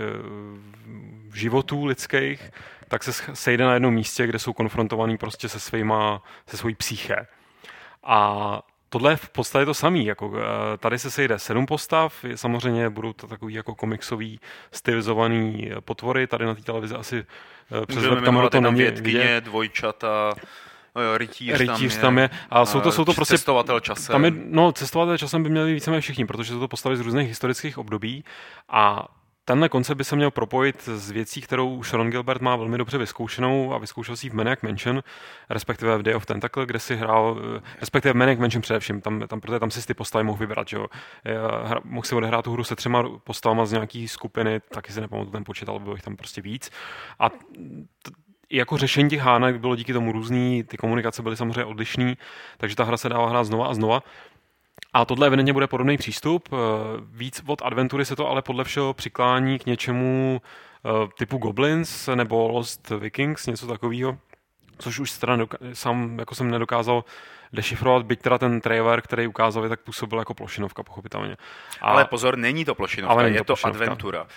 životů lidských, tak se sejde na jednom místě, kde jsou konfrontovaný prostě se svýma, se svojí psyché. A tohle je v podstatě to samý, jako tady se sejde sedm postav, samozřejmě budou to takový jako komiksový stylizovaný potvory, tady na té televizi asi přes webkameru to není vidět. Dvojčata, rytíř, rytíř tam, tam je. A jsou to, jsou to prostě cestovatel časem. Tam je, no, cestovatel časem by měli víceméně všichni, protože jsou to postavy z různých historických období a tenhle koncept by se měl propojit s věcí, kterou už Ron Gilbert má velmi dobře vyzkoušenou a vyzkoušel si v Maniac Mansion, respektive v Day of Tentacle, kde si hrál, respektive v Maniac Mansion především, tam, tam, protože tam si ty postavy mohl vybrat, že jo. Mohl si odehrát tu hru se třema postavama z nějaký skupiny, taky si nepamatuju ten počet, ale bylo jich tam prostě víc. A t- jako řešení těch hánek bylo díky tomu různý, ty komunikace byly samozřejmě odlišný, takže ta hra se dala hrát znova a znova. A tohle evidentně bude podobný přístup. Víc od adventury se to ale podle všeho přiklání k něčemu typu Goblins nebo Lost Vikings, něco takového, což už teda doka- sám jako jsem nedokázal dešifrovat, byť teda ten trailer, který ukázali, tak působil jako plošinovka, pochopitelně. A, ale pozor, není to plošinovka, ale není je to to plošinovka. adventura.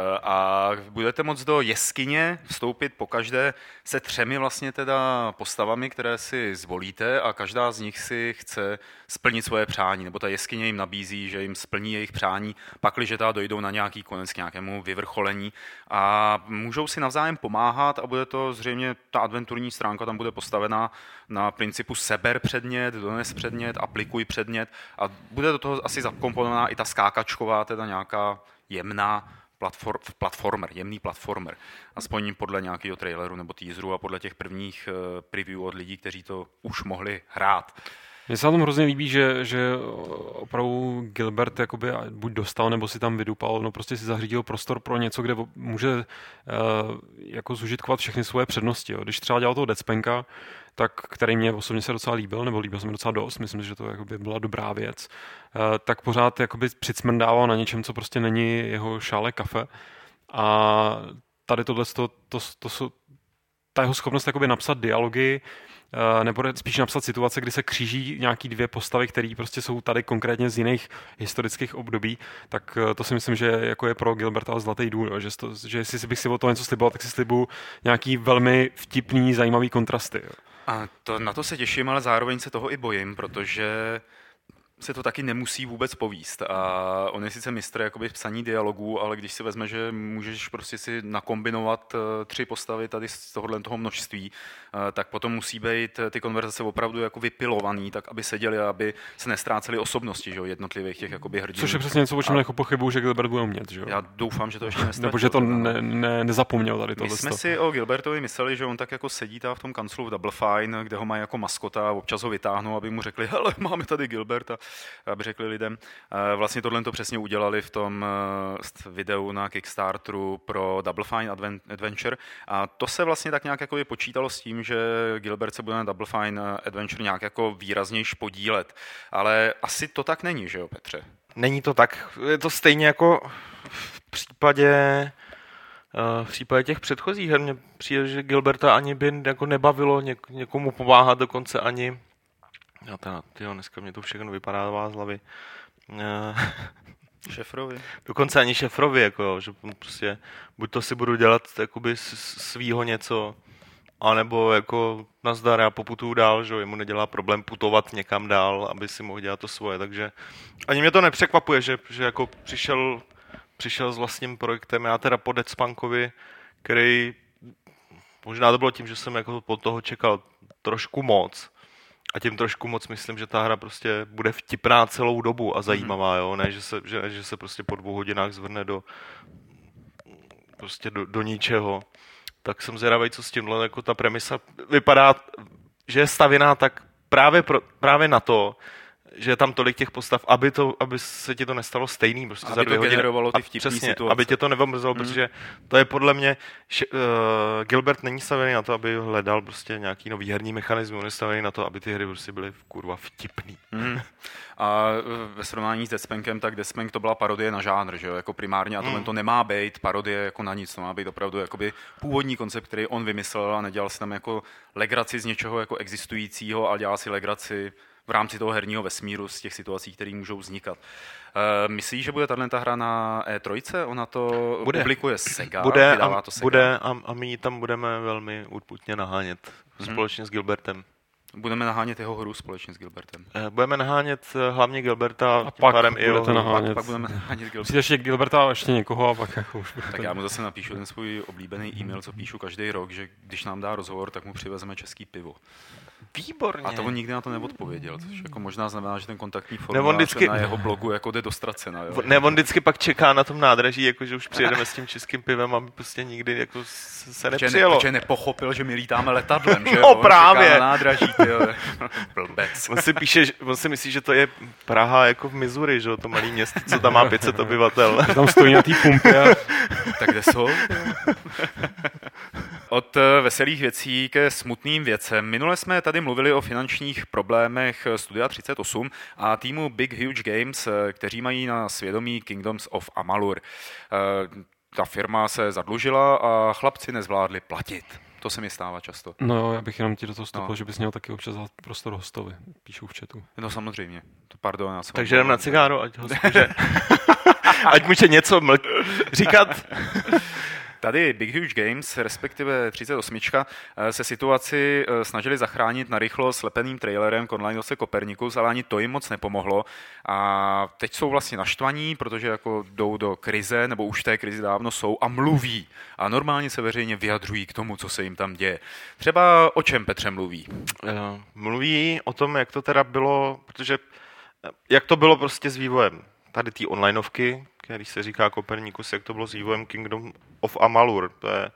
A budete moct do jeskyně vstoupit pokaždé se třemi vlastně teda postavami, které si zvolíte a každá z nich si chce splnit svoje přání, nebo ta jeskyně jim nabízí, že jim splní jejich přání, pakliže teda dojdou na nějaký konec k nějakému vyvrcholení a můžou si navzájem pomáhat a bude to zřejmě, ta adventurní stránka tam bude postavená na principu seber předmět, dones předmět, aplikuj předmět a bude do toho asi zakomponovaná i ta skákačková, teda nějaká jemná platform, platformer, jemný platformer. Aspoň podle nějakého traileru nebo teaseru a podle těch prvních preview od lidí, kteří to už mohli hrát. Mně se na tom hrozně líbí, že, že opravdu Gilbert jakoby buď dostal, nebo si tam vydupal, no prostě si zařídil prostor pro něco, kde může uh, jako zužitkovat všechny svoje přednosti. Jo. Když třeba dělal toho Deadspanka, tak, který mě osobně se docela líbil, nebo líbil se mi docela dost, myslím, že to jakoby byla dobrá věc, uh, tak pořád jakoby přicmrdával na něčem, co prostě není jeho šále kafe. A tady tohle, to, to, to, to, ta jeho schopnost jakoby napsat dialogy, nebo spíš napsat situace, kdy se kříží nějaký dvě postavy, které prostě jsou tady konkrétně z jiných historických období, tak to si myslím, že jako je pro Gilberta zlatý důl, jo, že, to, že jestli bych si o to něco sliboval, tak si slibuju nějaký velmi vtipný, zajímavý kontrasty. Jo. A to, na to se těším, ale zároveň se toho i bojím, protože se to taky nemusí vůbec povíst. A on je sice mistr jakoby v psaní dialogů, ale když si vezme, že můžeš prostě si nakombinovat tři postavy tady z tohohle toho množství, tak potom musí být ty konverzace opravdu jako vypilovaný, tak aby seděli a aby se nestrácely osobnosti, že jo, jednotlivých těch jakoby hrdinů. Což je přesně něco, o čem jako pochybuju, že Gilbert bude umět, že jo. Já doufám, že to ještě nestratí. Nebo že to ne, ne, nezapomněl tady tohle. My jsme si o Gilbertovi mysleli, že on tak jako sedí v tom kanclu v Double Fine, kde ho mají jako maskota a občas ho vytáhnou, aby mu řekli, hele, máme tady Gilberta, aby řekli lidem. Vlastně tohle to přesně udělali v tom videu na Kickstarteru pro Double Fine Adventure a to se vlastně tak nějak jako počítalo s tím, že Gilbert se bude na Double Fine Adventure nějak jako výraznějš podílet. Ale asi to tak není, že jo, Petře? Není to tak. Je to stejně jako v případě v případě těch předchozích her. Mně přijde, že Gilberta ani by jako nebavilo něk- někomu pomáhat, dokonce ani já teda, tyjo, dneska mě to všechno vypadává z hlavy. Šefrovi. Dokonce ani šefrovi, jako, že prostě buď to si budu dělat jakoby svýho něco, anebo jako nazdar, já poputuju dál, že jemu nedělá problém putovat někam dál, aby si mohl dělat to svoje, takže ani mě to nepřekvapuje, že, že jako přišel, přišel s vlastním projektem, já teda po Deadspankovi, který možná to bylo tím, že jsem jako od toho čekal trošku moc, a tím trošku moc myslím, že ta hra prostě bude vtipná celou dobu a zajímavá, jo, ne, že se, že, že se prostě po dvou hodinách zvrne do prostě do, do ničeho. Tak jsem zvědavý, co s tímhle, jako ta premisa vypadá, že je stavěná tak právě, pro, právě na to, že je tam tolik těch postav, aby, to, aby se ti to nestalo stejný. Prostě aby za dvě to hodiny, generovalo ty vtipný přesně, situace. aby tě to nevomrzelo, mm. protože to je podle mě, že, uh, Gilbert není stavěný na to, aby hledal prostě nějaký nový herní mechanismus, on je stavěný na to, aby ty hry prostě byly kurva vtipný. Mm. A ve srovnání s Deadspankem, tak Deadspank to byla parodie na žánr, že jo, jako primárně, a tohle mm. to nemá být parodie jako na nic, to má být opravdu jakoby původní koncept, který on vymyslel a nedělal si tam jako legraci z něčeho jako existujícího, ale dělal si legraci v rámci toho herního vesmíru z těch situací, které můžou vznikat. Uh, myslíš, že bude tato hra na E tři? Ona to bude. Publikuje Sega, bude vydává a, to Sega. Bude a, a my ji tam budeme velmi urputně nahánět společně mm. s Gilbertem. Budeme nahánět jeho hru společně s Gilbertem. Budeme nahánět hlavně Gilberta, a pak pádem i budete nahánět. Pak, pak budeme nahánět Gilberta. Myslíte ještě Gilberta a ještě někoho a pak jako už Tak já mu zase napíšu ten svůj oblíbený e-mail, co píšu každý rok, že když nám dá rozhovor, tak mu přivezeme český pivo. Výborně. A to on nikdy na to neodpověděl, což jako možná znamená, že ten kontaktní Ne, on formulář vždycky- na jeho blogu jako jde do ztracena. Jo? Ne, on vždycky pak čeká na tom nádraží, jako že už přijedeme s tím českým pivem, aby prostě nikdy jako s- se Protože, ne, nepřijelo. protože nepochopil, že my lítáme letadlem, že jo? No, On čeká právě. na nádraží, tyjo. Blbec. On si píše, že- on si myslí, že to je Praha jako v Missouri, že jo, to malé město, co tam má pět set obyvatel. tam stojí na té pumpě a Tak kde jsou? Od eh, veselých věcí ke smutným věcem. Minule jsme tady mluvili o finančních problémech Studia třicet osm a týmu Big Huge Games, eh, kteří mají na svědomí Kingdoms of Amalur. Eh, Ta firma se zadlužila a chlapci nezvládli platit. To se mi stává často. no jo, já bych jenom ti do toho vstoupil, No. že bys měl taky občas dát prostor hostovi, píšu v chatu. No samozřejmě. To pardon, já jsem... Takže jdem na cigáro, ať ho může, ať může něco ml- říkat. Tady Big Huge Games, respektive třicet osm, se situaci snažili zachránit narychlo slepeným trailerem k onlineovce Copernicus, ale ani to jim moc nepomohlo. A teď jsou vlastně naštvaní, protože jako jdou do krize, nebo už v té krizi dávno jsou a mluví. A normálně se veřejně vyjadřují k tomu, co se jim tam děje. Třeba o čem Petře mluví? Eh, Mluví o tom, jak to teda bylo, protože eh, jak to bylo prostě s vývojem tady té onlineovky, který se říká Copernicus, jak to bylo s vývojem Kingdom of Amalur. To je,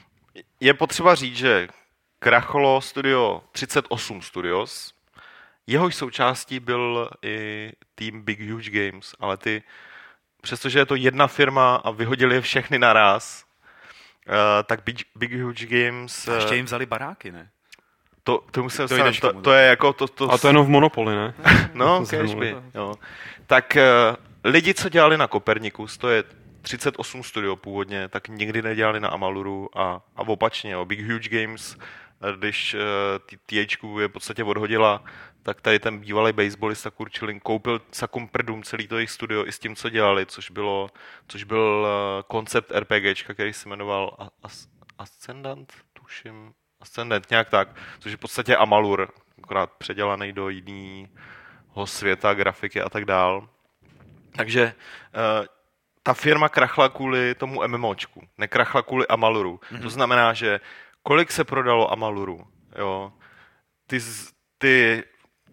je potřeba říct, že krachlo studio třicet osm Studios, jehož součástí byl i tým Big Huge Games, ale ty, přestože je to jedna firma a vyhodili je všechny naraz, uh, tak Big, Big Huge Games... A ještě eh, jim vzali baráky, ne? to, to, musím To to, jdeš k to, tomu, to je jako... To, to, A to jenom v Monopoly, ne? No, To kežby, zhrnuli. jo. Tak uh, lidi, co dělali na Copernicus, to je třicet osm studio původně, tak nikdy nedělali na Amaluru a, a opačně. Jo. Big Huge Games, eh, když uh, T H Q je v podstatě odhodila, tak tady ten bývalý baseballista Kurt Schilling koupil sakum prdům celý to jejich studio i s tím, co dělali, což, bylo, což byl uh, koncept RPGčka, který se jmenoval A- As- Ascendant, tuším, Ascendant, nějak tak, což je v podstatě Amalur, akorát předělaný do jiného světa, grafiky a tak dál. Takže uh, ta firma krachla kvůli tomu MMOčku, nekrachla kvůli Amaluru. Mm-hmm. To znamená, že kolik se prodalo Amaluru, jo, ty, z- ty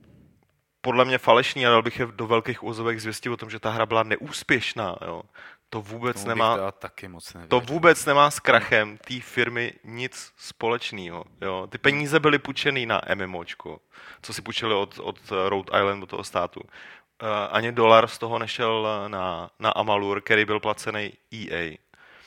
podle mě falešný, a dal bych je do velkých úzovek zvěstí o tom, že ta hra byla neúspěšná, jo. To vůbec Tomu nemá... bych teda taky moc nevěřil. To vůbec nemá s krachem té firmy nic společného. Jo. Ty peníze byly půjčený na MMOčko, co si půjčili od, od Rhode Island, od toho státu. Uh, ani dolar z toho nešel na, na Amalur, který byl placený E A.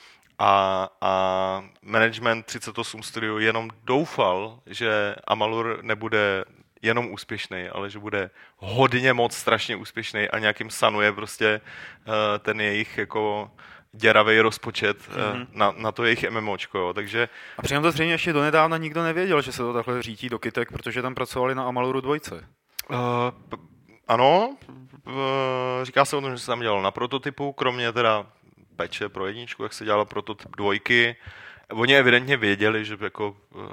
A, a management třicet osm Studio jenom doufal, že Amalur nebude jenom úspěšný, ale že bude hodně moc strašně úspěšný a nějakým sanuje prostě uh, ten jejich jako děravej rozpočet mm-hmm. uh, na, na to jejich MMOčko. Jo. Takže A přitom to zřejmě ještě donedávna nikdo nevěděl, že se to takhle řítí do kytek, protože tam pracovali na Amaluru dvojce. uh, p- ano, uh, říká se o tom, že se tam dělalo na prototypu, kromě teda peče pro jedničku, jak se dělalo prototyp dvojky. Oni evidentně věděli, že jako uh,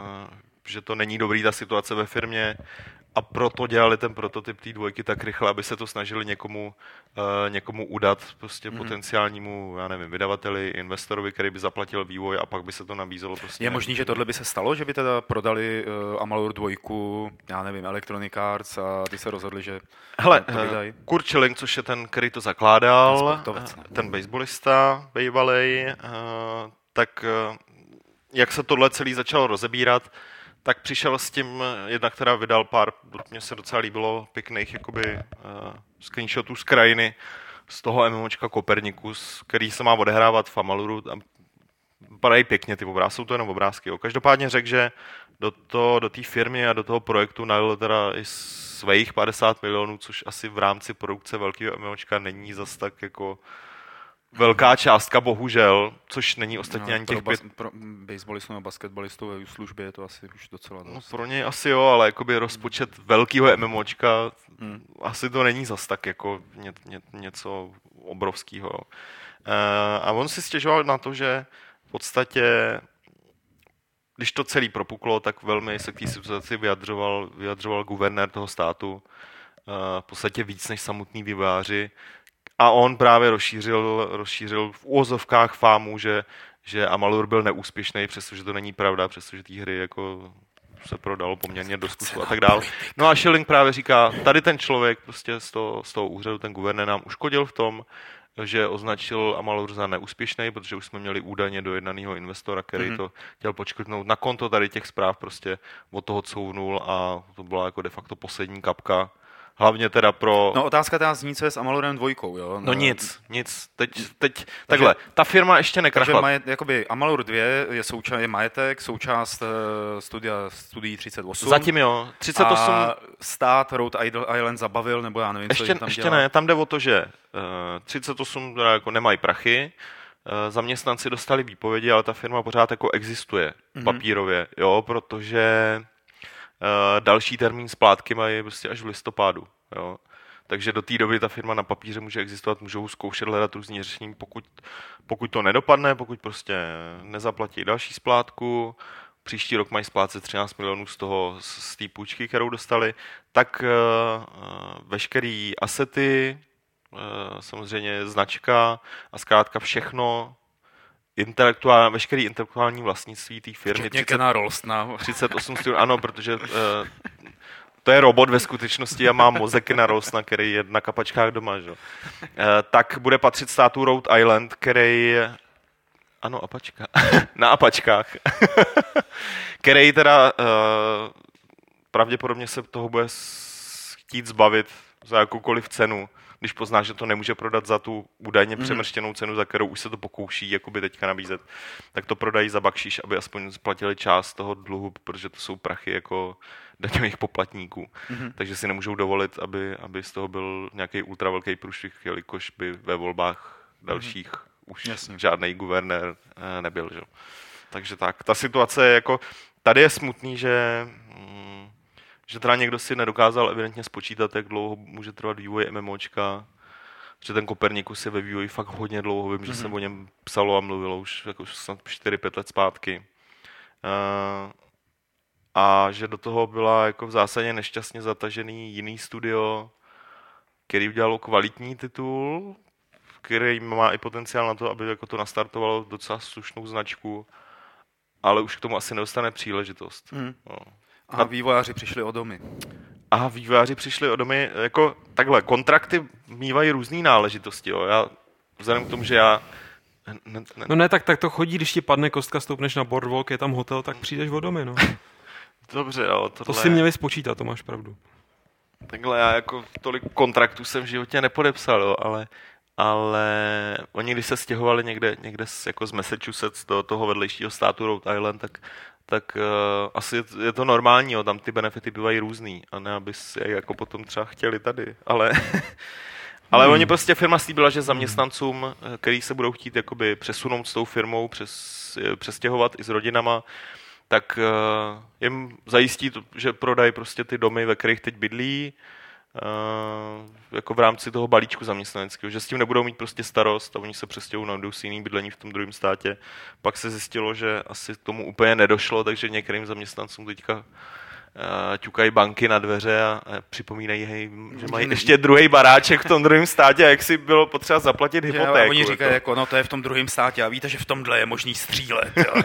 že to není dobrý ta situace ve firmě a proto dělali ten prototyp té dvojky tak rychle, aby se to snažili někomu, uh, někomu udat, prostě mm. potenciálnímu, já nevím, vydavateli, investorovi, který by zaplatil vývoj a pak by se to nabízelo prostě. Je možný, že tohle by se stalo, že by teda prodali uh, Amalur dvojku, já nevím, Electronic Arts a ty se rozhodli, že Hele, to vydají? Kurt Schilling, což je ten, který to zakládal, Ten sportovec, ne? ten baseballista bývalej, uh, tak uh, jak se tohle celý začalo rozebírat, tak přišel s tím, jedna, která vydal pár, mně se docela líbilo, pěkných jakoby uh, screenshotů z krajiny, z toho MMOčka Copernicus, který se má odehrávat v Amaluru. Padají pěkně ty obrázky, jsou to jenom obrázky. Jo. Každopádně řekl, že do, to, do té firmy a do toho projektu nalil teda i svých padesát milionů, což asi v rámci produkce velkého MMOčka není zas tak jako velká částka, bohužel, což není ostatně no, ani těch pro, pět... bas, pro baseballistů nebo basketballistů ve službě je to asi už docela dost. No, pro něj asi jo, ale jakoby rozpočet velkého MMOčka hmm. asi to není zas tak jako ně, ně, něco obrovského. Uh, a on si stěžoval na to, že v podstatě když to celý propuklo, tak velmi se k té situaci vyjadřoval, vyjadřoval guvernér toho státu, v podstatě víc než samotný vývojáři. A on právě rozšířil, rozšířil v úvozovkách fámu, že, že Amalur byl neúspěšný, přestože to není pravda, přestože té hry jako se prodalo poměrně dost kusů a tak dál. No a Schilling právě říká, tady ten člověk prostě z toho, z toho úřadu, ten guvernér nám uškodil v tom, že označil Amalur za neúspěšný, protože už jsme měli údajně dojednaného investora, který mm-hmm. to chtěl počkrtnout na konto tady těch zpráv, prostě od toho couvnul a to byla jako de facto poslední kapka. Hlavně teda pro... No otázka teda zní, co je s Amalurem dvojkou, jo? No nic, nic. Teď, teď takže, takhle, ta firma ještě nekrachla. Takže majet, jakoby Amalur dva je, souča- je majetek, součást uh, studia, studií třicet osm. Zatím jo, třicet osm... A stát Rhode Island zabavil, nebo já nevím, ještě, co jim tam ještě dělá. ne, tam jde o to, že uh, třicet osm teda jako nemají prachy, uh, zaměstnanci dostali výpovědi, ale ta firma pořád jako existuje mm-hmm. papírově, jo, protože... Uh, další termín splátky mají prostě až v listopadu. Jo. Takže do té doby ta firma na papíře může existovat, můžou zkoušet hledat různý řešení, pokud, pokud to nedopadne, pokud prostě nezaplatí další splátku, příští rok mají splácet třináct milionů z toho, z té půjčky, kterou dostali, tak uh, veškerý asety, uh, samozřejmě značka a zkrátka všechno, intelektuál, veškerý intelektuální vlastnictví té firmy. Včetně Kena Rolstona. třicet osm stůl, ano, protože uh, to je robot ve skutečnosti a má mozek Kena Rolstona, který je na kapačkách doma, že? Uh, tak bude patřit státu Rhode Island, který ano, apačka. na apačkách. který teda uh, pravděpodobně se toho bude chtít zbavit za jakoukoliv cenu, když pozná, že to nemůže prodat za tu údajně přemrštěnou cenu, za kterou už se to pokouší jakoby teďka nabízet, tak to prodají za bakšiš, aby aspoň splatili část toho dluhu, protože to jsou prachy jako daňových poplatníků. Mm-hmm. Takže si nemůžou dovolit, aby, aby z toho byl nějaký ultra velký průšvih, jelikož by ve volbách dalších mm-hmm. už Jasně. žádný guvernér nebyl. Že? Takže tak, ta situace je jako, tady je smutný, že že teda někdo si nedokázal evidentně spočítat, jak dlouho může trvat vývoj MMOčka, že ten Kopernikus je ve vývoji fakt hodně dlouho, vím, mm-hmm. že se o něm psalo a mluvilo už jako snad čtyři pět let zpátky. Uh, a že do toho byla jako v zásadě nešťastně zatažený jiný studio, který udělalo kvalitní titul, který má i potenciál na to, aby jako to nastartovalo docela slušnou značku, ale už k tomu asi nedostane příležitost. Mm. No. A vývojáři přišli o domy. A vývojáři přišli o domy, jako takhle, kontrakty mývají různý náležitosti, jo. Já, vzhledem k tomu, že já... Ne, ne. No ne, tak, tak to chodí, když ti padne kostka, stoupneš na boardwalk, je tam hotel, tak přijdeš o domy, no. Dobře, jo. Tohle... To si měli spočítat, to máš pravdu. Takhle, já jako tolik kontraktů jsem v životě nepodepsal, jo, ale... ale oni, když se stěhovali někde, někde z, jako z Massachusetts do toho vedlejšího státu Rhode Island, tak tak uh, asi je to normální, jo, tam ty benefity bývají různý, a ne, aby si jako potom třeba chtěli tady, ale, ale hmm. oni prostě, firma slíbila, že zaměstnancům, který se budou chtít jakoby přesunout s tou firmou, přes, přestěhovat i s rodinama, tak uh, jim zajistí, to, že prodají prostě ty domy, ve kterých teď bydlí, Uh, jako v rámci toho balíčku zaměstnaneckého, že s tím nebudou mít prostě starost a oni se přestěhují na si jiný bydlení v tom druhém státě. Pak se zjistilo, že asi k tomu úplně nedošlo, takže některým zaměstnancům teďka uh, ťukají banky na dveře a, a připomínají, hej, že mají ještě druhý baráček v tom druhém státě a jak si bylo potřeba zaplatit hypotéku. A oni říkají, jako, no to je v tom druhém státě a víte, že v tomhle je možný střílet. Jo.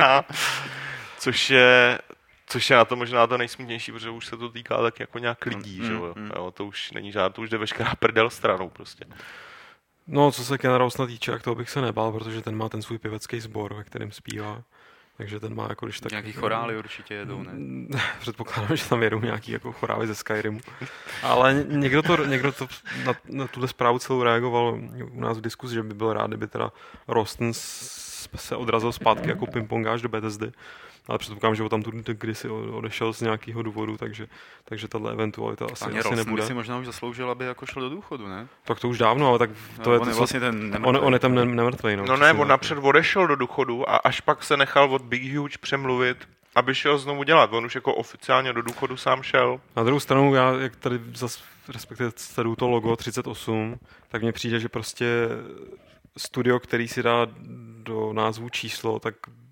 Což je Což je na to možná to nejsmutnější, protože už se to týká tak jako nějak lidí, mm, že jo? Mm. jo? To už není žádný, to už jde veškerá prdel stranou prostě. No, co se Kena Rolstona týče, tak toho bych se nebál, protože ten má ten svůj pěvecký sbor, ve kterém zpívá. Takže ten má jako když tak... Nějaký chorály určitě jedou, ne? Předpokládám, že tam jedou nějaký jako chorály ze Skyrimu. Ale někdo to, někdo to na, na tuhle zprávu celou reagoval u nás v diskuzi, že by byl rád, kdyby teda Rolston se odrazil zpátky jako pingpongář do Bethesdy. Ale předpokládám, že ho tam tu kdysi odešel z nějakého důvodu, takže, takže tahle eventualita asi, asi Rolston nebude. By si možná už zasloužil, aby jako šel do důchodu, ne? Tak to už dávno, ale tak to no, je... On je to, vlastně ten nemrtvej. On, on je tam ne, nemrtvej, no. No ne, on napřed odešel do důchodu a až pak se nechal od Big Huge přemluvit, aby šel znovu dělat. On už jako oficiálně do důchodu sám šel. Na druhou stranu, já, jak tady zas, respektive sleduju to logo třicet osm, tak mně přijde, že prostě studio, který si dá do názvu číslo, tak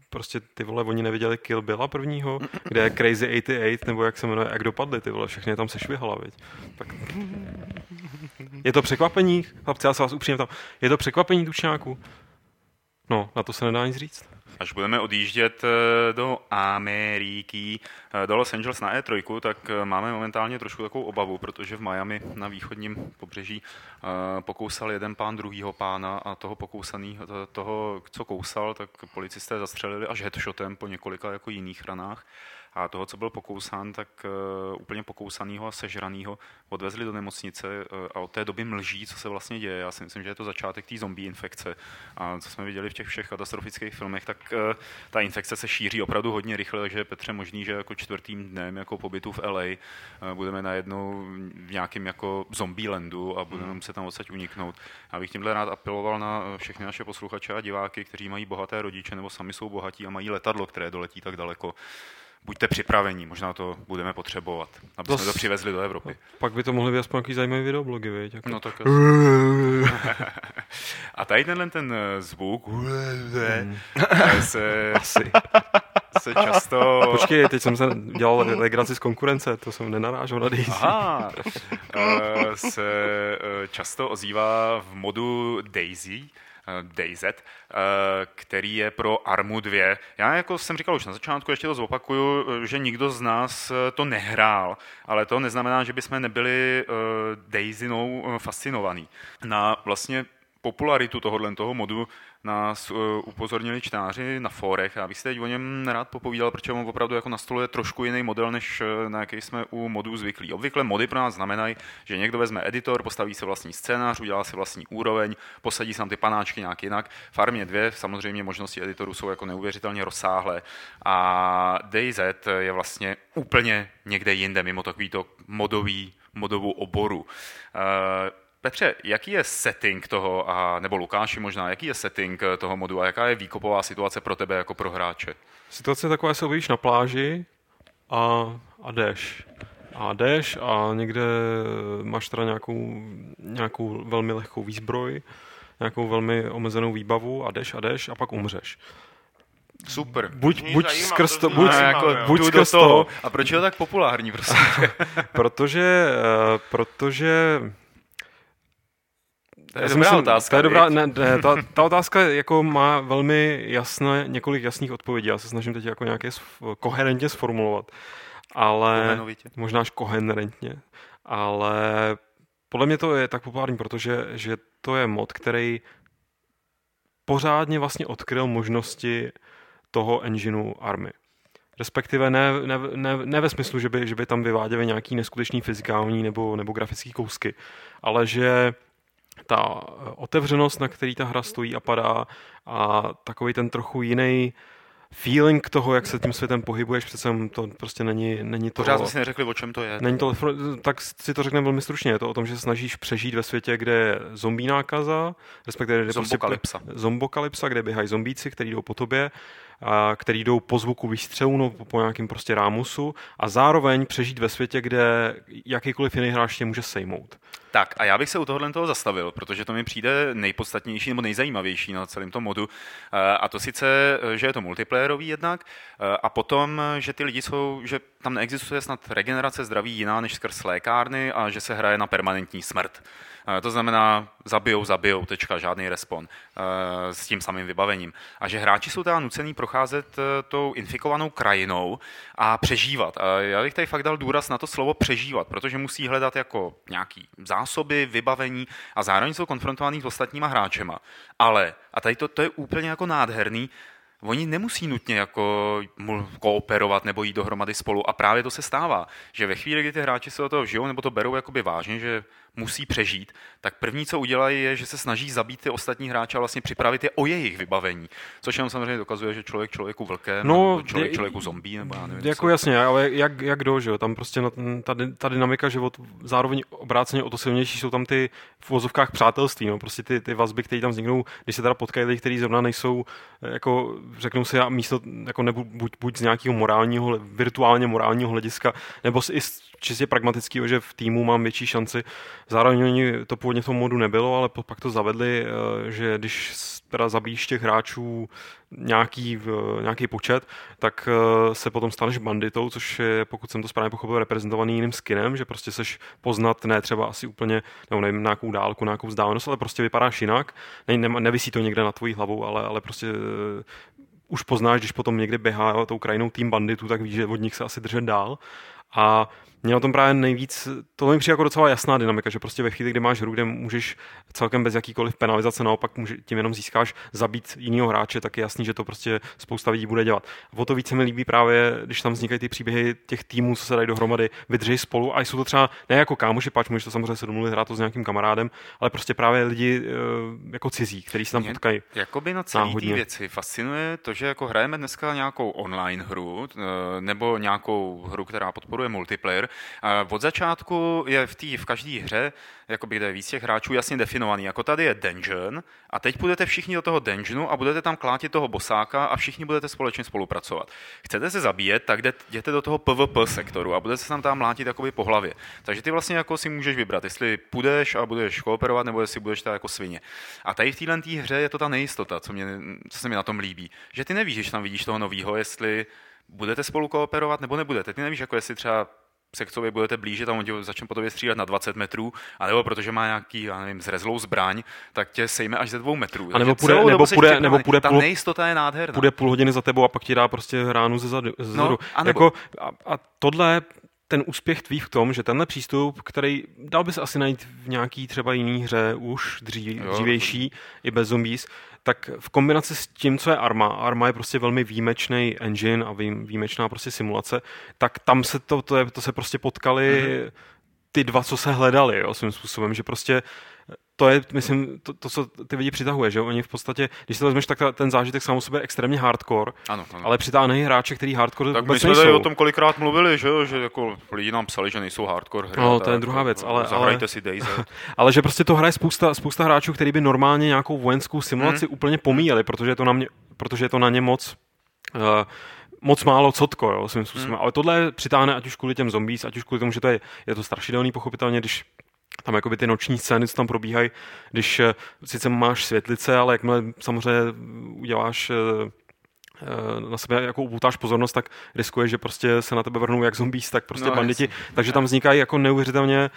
prostě ty vole, oni neviděli Kill Billa prvního, kde je Crazy osmdesát osm, nebo jak se jmenuje, jak dopadly ty vole, všechny je tam sešvihala, viď. Tak... Je to překvapení, chlapci, já se vás upřímně tam, je to překvapení tučňáku? No, na to se nedá nic říct. Až budeme odjíždět do Ameriky, do Los Angeles na E tři, tak máme momentálně trošku takovou obavu, protože v Miami na východním pobřeží pokousal jeden pán druhýho pána a toho pokousaného, toho, co kousal, tak policisté zastřelili až headshotem po několika jako jiných ranách. A toho, co byl pokousán, tak uh, úplně pokousanýho a sežranýho odvezli do nemocnice uh, a od té doby mlží, co se vlastně děje. Já si myslím, že je to začátek té zombie infekce. A co jsme viděli v těch všech katastrofických filmech, tak uh, ta infekce se šíří opravdu hodně rychle, takže je Petře možný, že jako čtvrtým dnem jako pobytu v L A uh, budeme najednou v nějakém jako zombie landu a budeme muset tam odsaď uniknout. Já bych tímhle rád apeloval na všechny naše posluchače a diváky, kteří mají bohaté rodiče nebo sami jsou bohatí a mají letadlo, které doletí tak daleko. Buďte připraveni, možná to budeme potřebovat, aby jsme to přivezli do Evropy. Pak by to mohly být aspoň nějaký zajímavý videoblogy, viď? Jako... No tak a tady tenhle ten zvuk hmm. se, Asi. se často... Počkej, teď jsem se dělal legraci z konkurence, to jsem nenarážel na Daisy. Aha, se často ozývá v modu Daisy, DayZ, který je pro Armu dva. Já jako jsem říkal už na začátku, ještě to zopakuju, že nikdo z nás to nehrál, ale to neznamená, že bychom nebyli Daisynou fascinovaný. Na vlastně popularitu tohohle toho modu nás upozornili čtenáři na fórech. Já bych si teď o něm rád popovídal, protože on opravdu jako nastoluje trošku jiný model, než na jaký jsme u modů zvyklí. Obvykle mody pro nás znamenají, že někdo vezme editor, postaví si vlastní scénář, udělá si vlastní úroveň, posadí si tam ty panáčky nějak jinak. V Armě dva samozřejmě možnosti editoru jsou jako neuvěřitelně rozsáhlé a DayZ je vlastně úplně někde jinde, mimo takovýto modový, modovou oboru. Petře, jaký je setting toho, a, nebo Lukáši možná, jaký je setting toho modu a jaká je výkopová situace pro tebe jako pro hráče? Situace je taková, že se objevíš na pláži a, a jdeš. A jdeš a někde máš teda nějakou, nějakou velmi lehkou výzbroj, nějakou velmi omezenou výbavu a jdeš a jdeš a pak umřeš. Super. Buď, buď skrz to, buď, no, jako, buď skrz to. toho. A proč je to tak populární, prosím? protože, uh, protože To je dobrá otázka. To je dobrá, ne, ne, ta, ta otázka jako má velmi jasné, několik jasných odpovědí. Já se snažím teď jako nějaké koherentně sformulovat. Ale Kohenovitě. možná až koherentně. Ale podle mě to je tak populární, protože že to je mod, který pořádně vlastně odkryl možnosti toho engineu Army. Respektive ne, ne, ne, ne ve smyslu, že by, že by tam vyváděli nějaký neskutečný fyzikální nebo, nebo grafický kousky, ale že ta otevřenost, na který ta hra stojí a padá a takový ten trochu jiný feeling toho, jak se tím světem pohybuješ, přece to prostě není, není to... Pořád jsme si neřekli, o čem to je. Není to, tak si to řekneme velmi stručně. Je to o tom, že se snažíš přežít ve světě, kde je zombie nákaza, respektive zombokalypsa. Prostě zombokalypsa, kde běhají zombíci, který jdou po tobě, a který jdou po zvuku výstřelu, no, po nějakým prostě rámusu a zároveň přežít ve světě, kde jakýkoliv jiný hráč tě může sejmout. Tak a já bych se u tohohle toho zastavil, protože to mi přijde nejpodstatnější nebo nejzajímavější na celém tom modu. A to sice, že je to multiplayerový jednak a potom, že ty lidi jsou, že tam neexistuje snad regenerace zdraví jiná než skrz lékárny a že se hraje na permanentní smrt. To znamená zabijou, zabijou, tečka, žádný respon s tím samým vybavením. A že hráči jsou teda nucený procházet tou infikovanou krajinou a přežívat. A já bych tady fakt dal důraz na to slovo přežívat, protože musí hledat jako nějaký zásoby, vybavení a zároveň jsou konfrontovaný s ostatníma hráčema. Ale, a tady to, to je úplně jako nádherný, oni nemusí nutně jako kooperovat nebo jít dohromady spolu a právě to se stává, že ve chvíli, kdy ty hráči se do toho žijou nebo to berou jakoby vážně, že musí přežít, tak první, co udělají, je, že se snaží zabít ty ostatní hráče a vlastně připravit je o jejich vybavení. Což jenom samozřejmě dokazuje, že člověk člověku vlkem, no, nebo člověk člověku zombie, nebo já nevím. Jako co. jasně, ale jak, jak kdo, že jo? Tam prostě na, ta, ta dynamika, že od, zároveň obráceně o to silnější jsou tam ty v uvozovkách přátelství, no, prostě ty, ty vazby, které tam vzniknou, když se teda potkají lidi, kteří zrovna nejsou jako řeknou si já místo, jako nebu, buď, buď z nějakého morálního, virtuálně morálního hlediska, nebo i z čistě pragmatického, že v týmu mám větší šanci. Zároveň oni to původně v tom modu nebylo, ale pak to zavedli, že když teda zabíjíš těch hráčů nějaký, nějaký počet, tak se potom staneš banditou, což je, pokud jsem to správně pochopil, reprezentovaný jiným skinem, že prostě seš poznat ne třeba asi úplně, nebo nevím, nějakou dálku, nějakou vzdálenost, ale prostě vypadáš jinak. Ne, ne, nevisí to někde nad tvojí hlavou, ale, ale prostě už poznáš, když potom někde běhá tou krajinou tým banditů, tak víš, že od nich se asi držet dál. A mě na tom právě nejvíc, to mi přijde jako docela jasná dynamika, že prostě ve chvíli, kdy máš hru, kde můžeš celkem bez jakýkoliv penalizace, naopak může, tím jenom získáš zabít jinýho hráče, tak je jasný, že to prostě spousta lidí bude dělat. O to více mi líbí právě, když tam vznikají ty příběhy těch týmů, co se dají dohromady, vydrží spolu a jsou to třeba ne jako kámoši, páč, můžeš to samozřejmě se domluvit, hrát to s nějakým kamarádem, ale prostě právě lidi jako cizí, kteří se tam potkají. Jakoby na celé té věci fascinuje to, že jako hrajeme dneska nějakou online hru nebo nějakou hru, která podporuje multiplayer. Od začátku je v, tý, v každé hře, jakoby, kde je víc těch hráčů, jasně definovaný. Jako tady je dungeon a teď půjdete všichni do toho dungeonu a budete tam klátit toho bosáka a všichni budete společně spolupracovat. Chcete se zabíjet, tak jděte do toho PvP sektoru a budete se tam tam mlátit jakoby po hlavě. Takže ty vlastně jako si můžeš vybrat, jestli půjdeš a budeš kooperovat, nebo jestli budeš tak jako svině. A tady v téhle hře je to ta nejistota, co, mě, co se mi na tom líbí. Že ty nevíš, když tam vidíš toho novýho, jestli budete spolu kooperovat nebo nebudete. Ty nevíš, jako jestli třeba se k sobě budete blížit a on tě začne po tobě střílet na dvacet metrů, anebo protože má nějaký, já nevím, zrezlou zbraň, tak tě sejme až ze dvou metrů. A nebo půjde, nebo půjde, nebo půjde ta půl, nejistota je nádherná. Půjde půl hodiny za tebou a pak ti dá prostě ránu ze zadu. Ze zadu. No, a, jako, a, a tohle ten úspěch tvý v tom, že tenhle přístup, který dal bys asi najít v nějaký třeba jiný hře už dřív, jo, dřívější, i bez zombies, tak v kombinaci s tím, co je Arma, Arma je prostě velmi výjimečný engine a výjimečná prostě simulace, tak tam se to, to, je, to se prostě potkali mm-hmm. ty dva, co se hledali, jo, svým způsobem, že prostě to je, myslím, to, to, co ty lidi přitahuje, že oni v podstatě, když si to vezmeš, tak ta, ten zážitek sám o sobě je extrémně hardcore, ano, ano. ale přitáhnejí hráče, který hardcore tak vůbec my jsme nejsou. tady o tom kolikrát mluvili, že, že jako lidi nám psali, že nejsou hardcore hry. No, to je druhá věc, ale... Zahrajte ale, si Daisy. Ale že prostě to hraje spousta, spousta hráčů, který by normálně nějakou vojenskou simulaci hmm. úplně pomíjeli, protože je to na, mě, protože je to na ně moc... Uh, moc málo cotko, jo, svým způsobem. Hmm. Ale tohle přitáhne ať už kvůli těm zombies, ať už kvůli tomu, že to je, je to strašidelný, pochopitelně, když tam jakoby ty noční scény, co tam probíhají, když sice máš světlice, ale jakmile samozřejmě uděláš na sebe jako upoutáš pozornost, tak riskuješ, že prostě se na tebe vrhnou jak zombies, tak prostě no, banditi. Jasný. Takže tam vznikají jako neuvěřitelně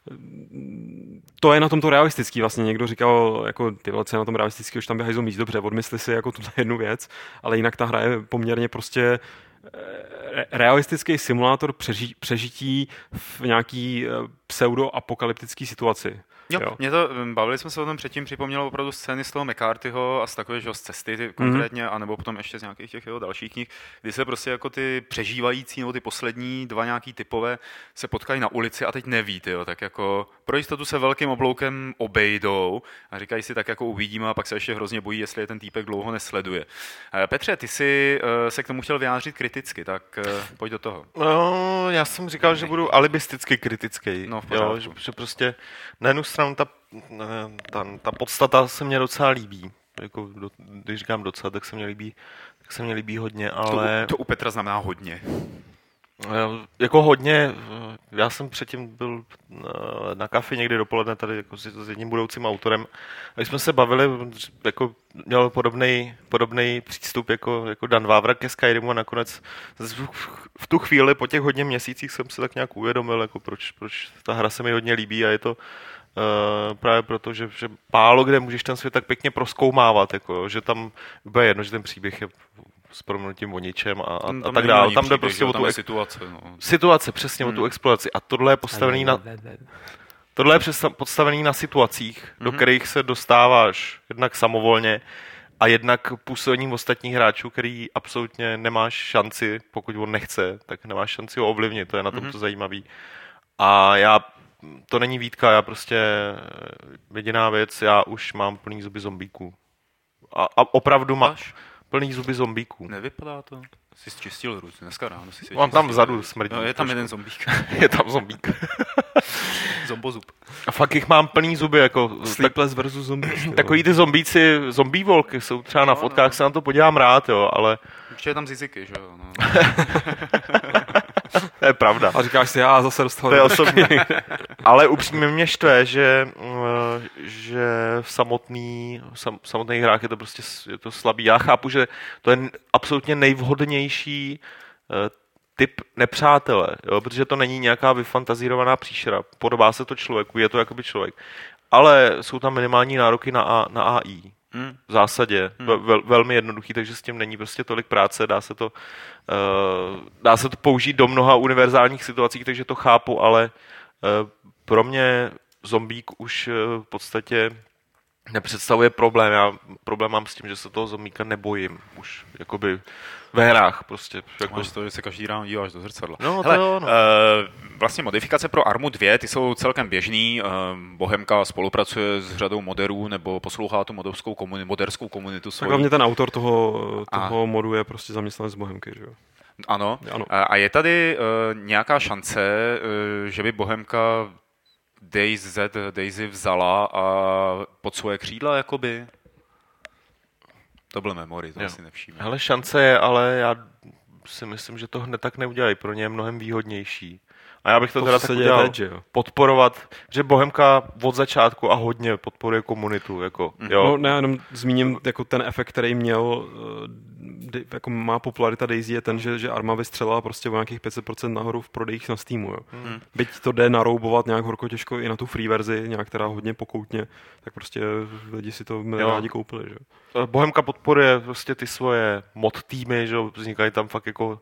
to je na tom to realistický vlastně. Někdo říkal, jako ty velice na tom realistický, už tam běhají zombies, dobře, odmysli si jako tuhle jednu věc, ale jinak ta hra je poměrně prostě realistický simulátor přeži, přežití v nějaký pseudoapokalyptický situaci. Jo, jo. Mě to, bavili jsme se o tom předtím, připomnělo opravdu scény z toho McCarthyho a z takové, že z cesty ty, konkrétně, mm. anebo potom ještě z nějakých těch jeho dalších knih, kdy se prostě jako ty přežívající nebo ty poslední dva nějaký typové se potkají na ulici a teď neví, tyjo, tak jako pro jistotu se velkým obloukem obejdou a říkají si tak jako uvidíme a pak se ještě hrozně bojí, jestli je ten týpek dlouho nesleduje. Petře, ty jsi se k tomu chtěl vyjádřit kriticky, tak pojď do toho. No, já jsem říkal, že budu alibisticky kritický. No, jo, že, že prostě na jednu stranu ta, ta, ta podstata se mně docela líbí. Jako, když říkám docela, tak se mně líbí, tak se mně líbí hodně, ale... To, to u Petra znamená hodně. Jako hodně, já jsem předtím byl na kafi někdy dopoledne tady jako s jedním budoucím autorem a když jsme se bavili, jako měl podobnej, podobnej přístup jako, jako Dan Vávra ke Skyrimu a nakonec v tu chvíli po těch hodně měsících jsem se tak nějak uvědomil, jako proč, proč ta hra se mi hodně líbí a je to Uh, právě proto, že, že málo kde můžeš ten svět tak pěkně prozkoumávat, jako, že tam bude jedno, že ten příběh je s proměnutím o ničem a, a, a tak dále. Tam jde prostě o tu ex... situace. No. Situace, přesně, hmm. o tu exploraci. A tohle je postavený na... Tohle je postavený na situacích, hmm. do kterých se dostáváš jednak samovolně a jednak působením ostatních hráčů, který absolutně nemáš šanci, pokud on nechce, tak nemáš šanci ho ovlivnit. To je na tom hmm. to zajímavý. A já to není výtka, já prostě jediná věc, já už mám plný zuby zombíků. A, a opravdu má, plný zuby zombíků. Nevypadá to. Jsi zčistil růz, dneska ráno si si Mám tam vzadu smrdí. No, je tam jeden zombík. Je tam zombík. Zombozub. A fakt jich mám plný zuby, jako... Sleepless versus zombies. Takový ty zombíci, zombie volky jsou třeba na No, fotkách, no. se na to podívám rád, jo, ale... Určitě je tam ziziky, že jo? No. To je pravda. A říkáš si, já zase dostal... To je osobně. Ale upřímně mě štve, že, že v samotný, sam, samotných hrách je to prostě je to slabý. Já chápu, že to je absolutně nejvhodnější typ nepřátele, jo, protože to není nějaká vyfantazírovaná příšera. Podobá se to člověku, je to jakoby člověk. Ale jsou tam minimální nároky na, A, na á í. Hmm. V zásadě. Hmm. Vel, velmi jednoduchý, takže s tím není prostě tolik práce. Dá se to, uh, dá se to použít do mnoha univerzálních situací, takže to chápu, ale uh, pro mě zombík už uh, v podstatě nepředstavuje problém. Já problém mám s tím, že se toho zombíka nebojím. Už jakoby ve hrách prostě. Jako... Máš to, že se každý ráno díváš do zrcadla. No, Hele, to jo, no. uh, vlastně modifikace pro Armu dva, ty jsou celkem běžný. Uh, Bohemka spolupracuje s řadou moderů nebo poslouchá tu moderskou komunitu, moderskou komunitu svoji. Tak hlavně ten autor toho, toho A... modu je prostě zaměstnanec z Bohemky, že jo? Ano. ano. A, a je tady uh, nějaká šance, uh, že by Bohemka DayZ, Daisy vzala a pod svoje křídla, jakoby? To byl memory, to jo. Asi nevšíme. Hele, šance je, ale já si myslím, že to hned tak neudělají. Pro ně je mnohem výhodnější. A já bych to, to teda tak udělal. Teď, že jo? Podporovat, že Bohemka od začátku a hodně podporuje komunitu. Jako, jo. No, ne, jenom zmíním jako ten efekt, který měl, jako má popularita Daisy je ten, že, že Arma vystřelila prostě o nějakých pět set procent nahoru v prodejích na Steamu. Jo. Hmm. Byť to jde naroubovat nějak horko těžko i na tu free verzi, nějak teda hodně pokoutně, tak prostě lidi si to rádi koupili. Že? Bohemka podporuje prostě ty svoje mod týmy, že vznikají tam fakt jako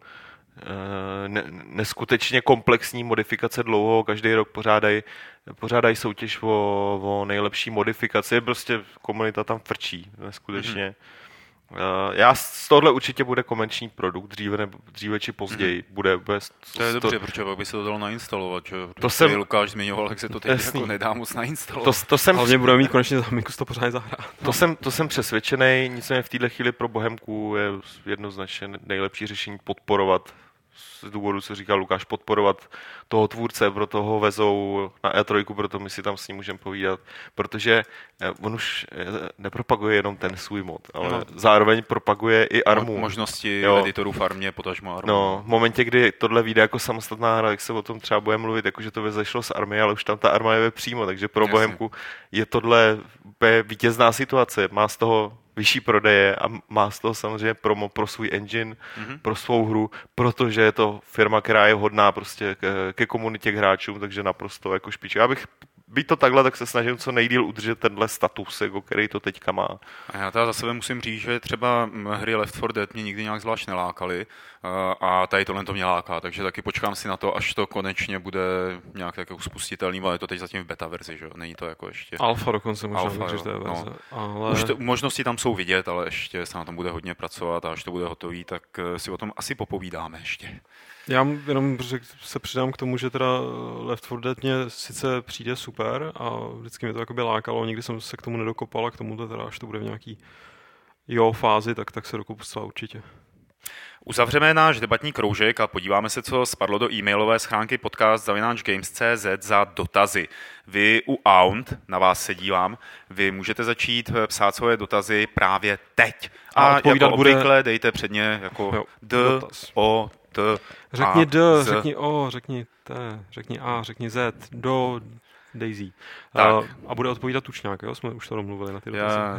Ne, neskutečně komplexní modifikace dlouho, každý rok pořádají pořádaj soutěž o, o nejlepší modifikaci, prostě komunita tam frčí, neskutečně. Mm-hmm. Já z tohle určitě bude komerční produkt, dříve, nebo, dříve či později. Mm-hmm. Bude, bude to je to, dobře, protože pak by se to dalo nainstalovat, že? To jsem, Lukáš zmiňoval, jak se to teď jasný. Jako nedá moc nainstalovat. To, to jsem, hlavně budeme mít konečně za Amigu to pořádně zahrát. To, no. jsem, to jsem přesvědčený, nicméně v této chvíli pro Bohemku je jednoznačně nejlepší řešení podporovat z důvodu, co říkal Lukáš, podporovat toho tvůrce, proto ho vezou na E tři, proto my si tam s ním můžeme povídat, protože on už nepropaguje jenom ten svůj mod, ale no. zároveň propaguje i Armu. Možnosti jo. editorů v Armě, potažmo Armu. No, v momentě, kdy tohle vyjde jako samostatná hra, tak se o tom třeba bude mluvit, jakože to vzešlo z Army, ale už tam ta Arma je přímo, takže pro Jasně. Bohemku je tohle vítězná situace, má z toho vyšší prodeje a má z toho samozřejmě promo pro svůj engine, mm-hmm. pro svou hru, protože je to firma, která je hodná prostě ke, ke komunitě k hráčům, takže naprosto jako špička. Já bych být to takhle, tak se snažím co nejdýl udržet tenhle status, jako který to teďka má. A já teda za sebe musím říct, že třeba hry Left four Dead mě nikdy nějak zvlášť nelákaly a tady tohle to mě láká, takže taky počkám si na to, až to konečně bude nějak jako spustitelný, ale je to teď zatím v beta verzi, že jo, není to jako ještě... Alfa dokonce možná, že to je verze. No. Ale... Už to, možnosti tam jsou vidět, ale ještě se na tom bude hodně pracovat a až to bude hotový, tak si o tom asi popovídáme ještě. Já jenom se přidám k tomu, že teda Left four Dead mě sice přijde super a vždycky mě to jakoby lákalo, nikdy jsem se k tomu nedokopal a k tomu teda, až to bude v nějaký jo fázi, tak, tak se dokopu zcela určitě. Uzavřeme náš debatní kroužek a podíváme se, co spadlo do e-mailové schránky podcast zavináč games tečka cé zet za dotazy. Vy u Aunt, na vás se dívám, vy můžete začít psát svoje dotazy právě teď. A, a jako obvykle bude... dejte předně jako jo, D, dotaz. O, T, Řekni A, D, Z. řekni O, řekni T, řekni A, řekni Z, do Daisy. Tak. A, a bude odpovídat Tučňák, jo? Jsme už to domluvili na ty dotazy. Já...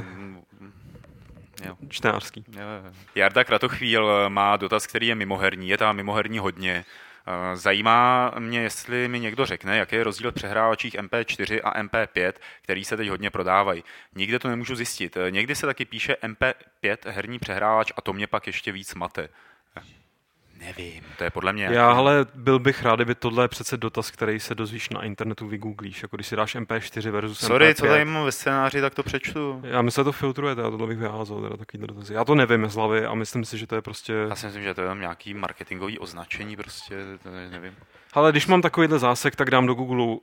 Jo. Čtenářský. Jo. Jarda Kratochvíl má dotaz, který je mimoherní. Je tam mimoherní hodně. Zajímá mě, jestli mi někdo řekne, jaký je rozdíl v přehrávačích M P čtyři a M P pět, který se teď hodně prodávají. Nikde to nemůžu zjistit. Někdy se taky píše M P pět herní přehrávač a to mě pak ještě víc mate. Nevím, to je podle mě... Já ale byl bych rád, kdyby tohle je přece dotaz, který se dozvíš na internetu, vygooglíš, jako když si dáš M P čtyři versus Sorry, M P pět. co tady mám ve scénáři, tak to přečtu. Já myslím, že to filtrujete, já tohle bych vyházel, teda takovýhle dotazy. Já to nevím z hlavy a myslím si, že to je prostě... Já si myslím, že to je tam nějaký marketingový označení, prostě, to nevím. Ale když mám takovýhle zásek, tak dám do Google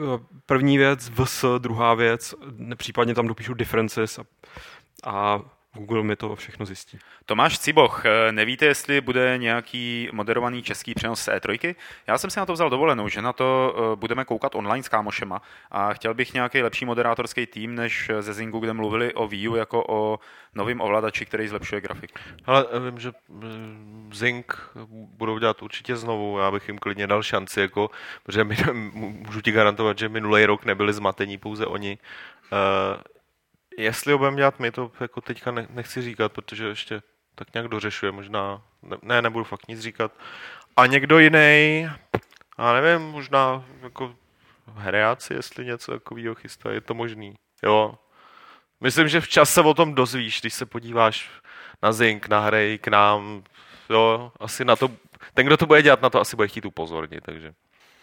první věc, V S, druhá věc, případně tam dopíšu differences a, a Google mi to všechno zjistí. Tomáš Ciboch, nevíte, jestli bude nějaký moderovaný český přenos z E tři? Já jsem si na to vzal dovolenou, že na to budeme koukat online s kámošema a chtěl bych nějaký lepší moderátorský tým, než ze Zingu, kde mluvili o Wii U jako o novém ovladači, který zlepšuje grafiku. Ale vím, že Zing budou dělat určitě znovu, já bych jim klidně dal šanci, jako, protože my, můžu ti garantovat, že minulý rok nebyli zmatení pouze oni. Uh, jestli ho budeme dělat my, to jako teďka ne, nechci říkat, protože ještě tak nějak dořešuje, možná, ne, nebudu fakt nic říkat. A někdo jiný, já nevím, možná jako hráci, jestli něco takového chystá, je to možný, jo. Myslím, že včas se o tom dozvíš, když se podíváš na Zing, na hry, k nám, jo, asi na to, ten, kdo to bude dělat, na to asi bude chtít upozornit, takže.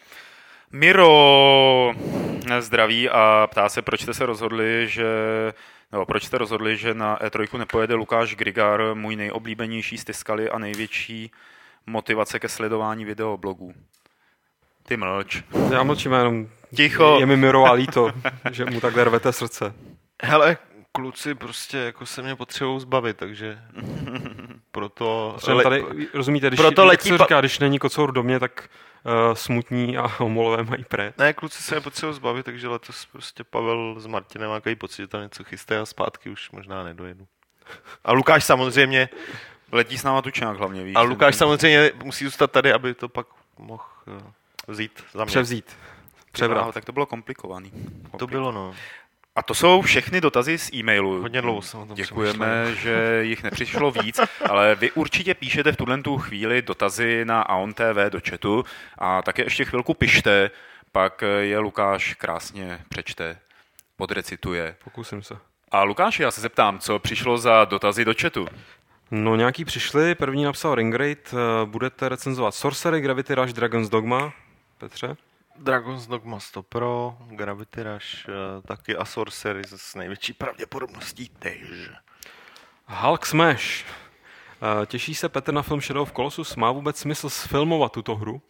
Miro zdraví a ptá se, proč jste se rozhodli, že nebo proč jste rozhodli, že na E tři nepojede Lukáš Grigar, můj nejoblíbenější z Tiskaly a největší motivace ke sledování videoblogů. Ty mlč. Já mlčím, jenom Ticho. Je mi Miro a líto, že mu takhle rvete srdce. Hele, kluci prostě jako se mě potřebují zbavit, takže proto... Le... Tady, rozumíte, když, proto letí jak se říká, když není kocour do mě, tak uh, smutní a homolové mají pré. Ne, kluci se mě potřebují zbavit, takže letos prostě Pavel s Martinem má takový pocit, že tam něco chystá a zpátky už možná nedojedu. A Lukáš samozřejmě... Letí s náma tučňák hlavně, víš. A Lukáš samozřejmě musí zůstat tady, aby to pak mohl vzít za mě. Převzít. Převrat. Tak to bylo komplikovaný. To bylo, no. A to jsou všechny dotazy z e-mailu. Hodně dlouho jsem o tom Děkujeme, přemýšlel. že jich nepřišlo víc, ale vy určitě píšete v tuhle chvíli dotazy na Aon T V do chatu a také ještě chvilku pište, pak je Lukáš krásně přečte, podrecituje. Pokusím se. A Lukáši, já se zeptám, co přišlo za dotazy do chatu? No nějaký přišli, první napsal Ringrate, budete recenzovat Sorcery, Gravity Rush, Dragon's Dogma, Petře? Dragon's Dogma sto pro, Gravity Rush taky a Sorcery s největší pravděpodobností též. Hulk Smash. Těší se Petr na film Shadow of Colossus? Má vůbec smysl sfilmovat tuto hru?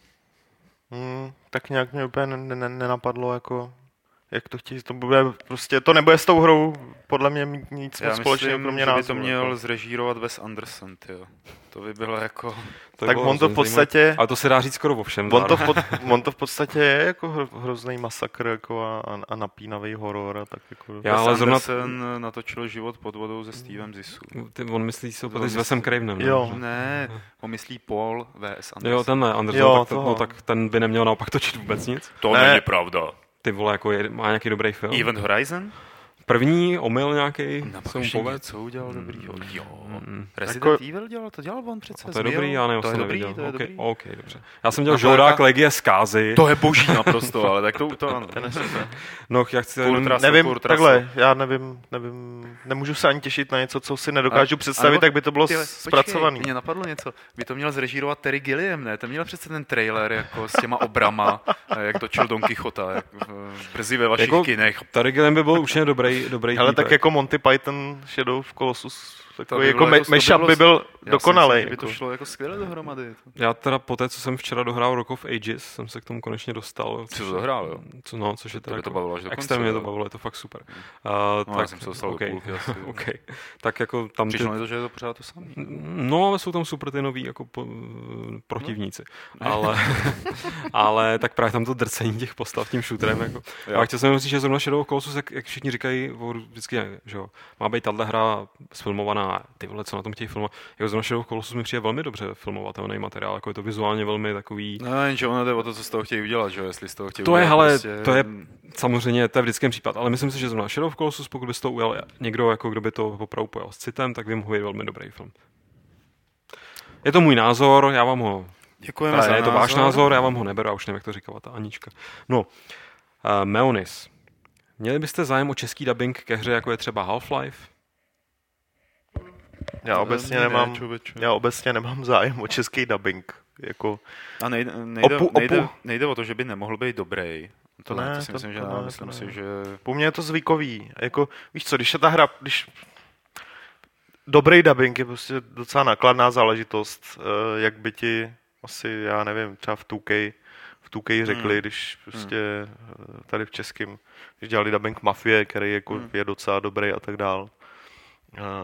Hmm, tak nějak mě úplně nenapadlo, jako, jak to chtějí, to bude prostě, to nebude s tou hrou podle mě mít nic moc společného, kromě názvu. Já názvu. myslím, že by to měl jako. zrežírovat Wes Anderson, tyjo. To by bylo jako... To tak on to v podstatě... Ale to se dá říct skoro o všem. On to, v pod, on to v podstatě je jako hro, hrozný masakr jako a, a napínavý horor. A tak jako... Já, ale zrovna... Anderson natočil Život pod vodou se Stevem Zissou. Ty, on myslí se s Wesem Cravenem. Jo. Ne, on myslí Paul V S Anderson. Jo, ten ne, Anderson, jo, tak, ten, no, tak ten by neměl naopak točit vůbec nic. To ne. není pravda. Ty vole, jako je, má nějaký dobrý film. Event Horizon? První omyl nějaký, jsem povedl. Co udělal dobrýho? Jo. Mm. Resident jako... Evil dělal, to dělal on přece. A to je dobrý, já nevím, to je jsem dobrý, neviděl. to je okay, dobrý. OK, dobře. Já jsem dělal Žoldák, jaká... Legie zkázy. To je boží naprosto, ale tak to, to ano. No, já chci... Trasu, nevím, takhle, já nevím, nevím, nemůžu se ani těšit na něco, co si nedokážu a, představit, nebo, tak by to bylo tyhle, zpracovaný. Počkej, mě napadlo něco, by to měl zrežírovat Terry Gilliam, ne? Ten měl přece ten trailer jako s těma obrama, jak točil Don Quixota, jak brzy ve vašich jako, kinech. Terry Gilliam by byl určitě dobrý, dobrý. Ale tak jako Monty Python Shadow of Colossus, takový jako mashup by byl dokonalej. By to šlo jako skvěle dohromady. Já teda po té, co jsem včera dohrál Rock of Ages, jsem se k tomu konečně dostal. Co to dohrál, jo? Co, no, což je teda jako, to bavilo až do konce. Extrémně to bavilo, je to fakt super. Uh, no, tak, já jsem se dostal okay, do půlky asi. okay. Tak jako tam přišlo ty... mi to, že je to pořád to samé. No, ale jsou tam super ty noví jako po, protivníci. No. Ale, ale tak právě tam to drcení těch postav tím shooterem. Jako. A chtěl jsem říct, že zrovna Shadow of Colossus, jak, jak všichni říkají, vždycky, že jo, má být tahle hra sfilmovaná, ty vole, co na tom chtějí filmovat. Jako zrovna Shadow of Colossus mi přijde velmi dobře filmovatelný materiál, jako je to vizuálně velmi takový... No, jenže ono jde o to, co z toho chtějí udělat, že jo, jestli z toho chtějí to udělat. Je, hele, prostě... To je samozřejmě, to je vždycky případ, ale myslím si, že zrovna Shadow of Colossus, pokud by z toho ujel někdo, jako kdo by to opravdu pojal s citem, tak by mohl být velmi dobrý film. Je to můj názor, já vám ho... Děkujeme ale za je to názor. váš názor, já vám ho neberu, já už nevím, jak to říkala ta Anička. No, uh, Meonis. Měli byste zájem o český dubbing ke hře, jako je třeba Half-Life? Já obecně ne, nemám, ne, já obecně nemám zájem o český dubbing. Jako... A nejde, nejde, opu, nejde, opu. nejde o to, že by nemohl být dobrý. To, to ne, to si to, myslím, to že ne, ne, to myslím ne. si, že... Po mně je to zvykový. Jako, víš co, když je ta hra, když... Dobrý dubbing je prostě docela nákladná záležitost, jak by ti asi, já nevím, třeba v two K, v two K řekli, hmm. když prostě tady v českém, když dělali dubbing Mafie, který jako hmm. je docela dobrý a tak dál.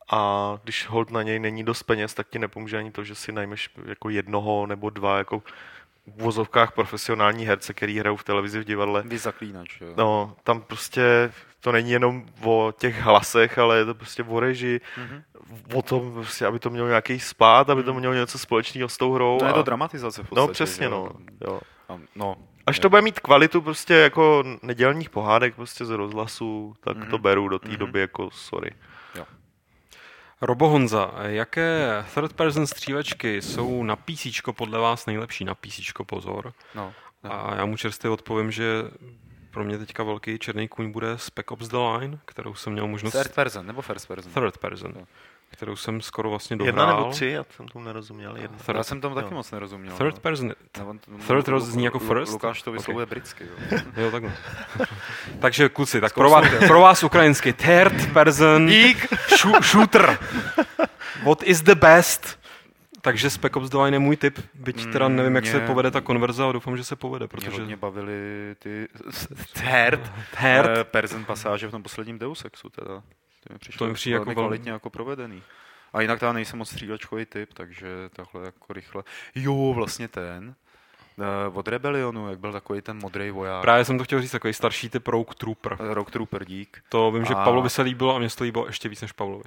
a když hold na něj není dost peněz, tak ti nepomůže ani to, že si najmeš jako jednoho nebo dva jako v vozovkách profesionální herce, který hrajou v televizi, v divadle. Vy zaklínač, jo. No, tam prostě to není jenom o těch hlasech, ale je to prostě o režii, mm-hmm. o tom, prostě, aby to mělo nějaký spát, aby to mělo něco společného s tou hrou. No je a... to dramatizace v podstatě. No přesně, no. Jo. no. Až to bude mít kvalitu prostě jako nedělních pohádek prostě z rozhlasu, tak mm-hmm. to beru do té mm-hmm. doby jako sorry. Jo. Robo Honza, jaké third person střílečky jsou na PCčko podle vás nejlepší? Na PCčko pozor. No, no. A já mu čerstvě odpovím, že pro mě teďka velký černý kůň bude Spec Ops The Line, kterou jsem měl možnost... Third person nebo first person? Third person. No. Kterou jsem skoro vlastně dohrál. Jedna nebo tři, já jsem tomu nerozuměl. Jedna. Third, já jsem tomu taky jo. moc nerozuměl. Third no. person. No, on, third roz zní jako first? Lukáš to vyslovuje okay. britsky. Jo, jo takhle. Takže kluci, tak pro vás, pro vás ukrajinsky. Third person sh- shooter. What is the best? Takže Spec Ops The Line je můj tip, byť mm, teda nevím, jak mě, se povede ta konverze, ale doufám, že se povede, protože... Mě hodně bavili ty third, third. Uh, person pasáže v tom posledním Deus Exu teda. To mi přišlo to mi přijde jako kvalitně jako provedený. A jinak teda nejsem moc střílečkový typ, takže takhle jako rychle. Jo, vlastně ten uh, od Rebellionu, jak byl takový ten modrý voják. Právě jsem to chtěl říct, takový starší typ Rogue Trooper. Rogue Trooper, dík. To vím, že a... Pavlovi se líbilo a mně se to líbilo ještě víc než Pavlovi.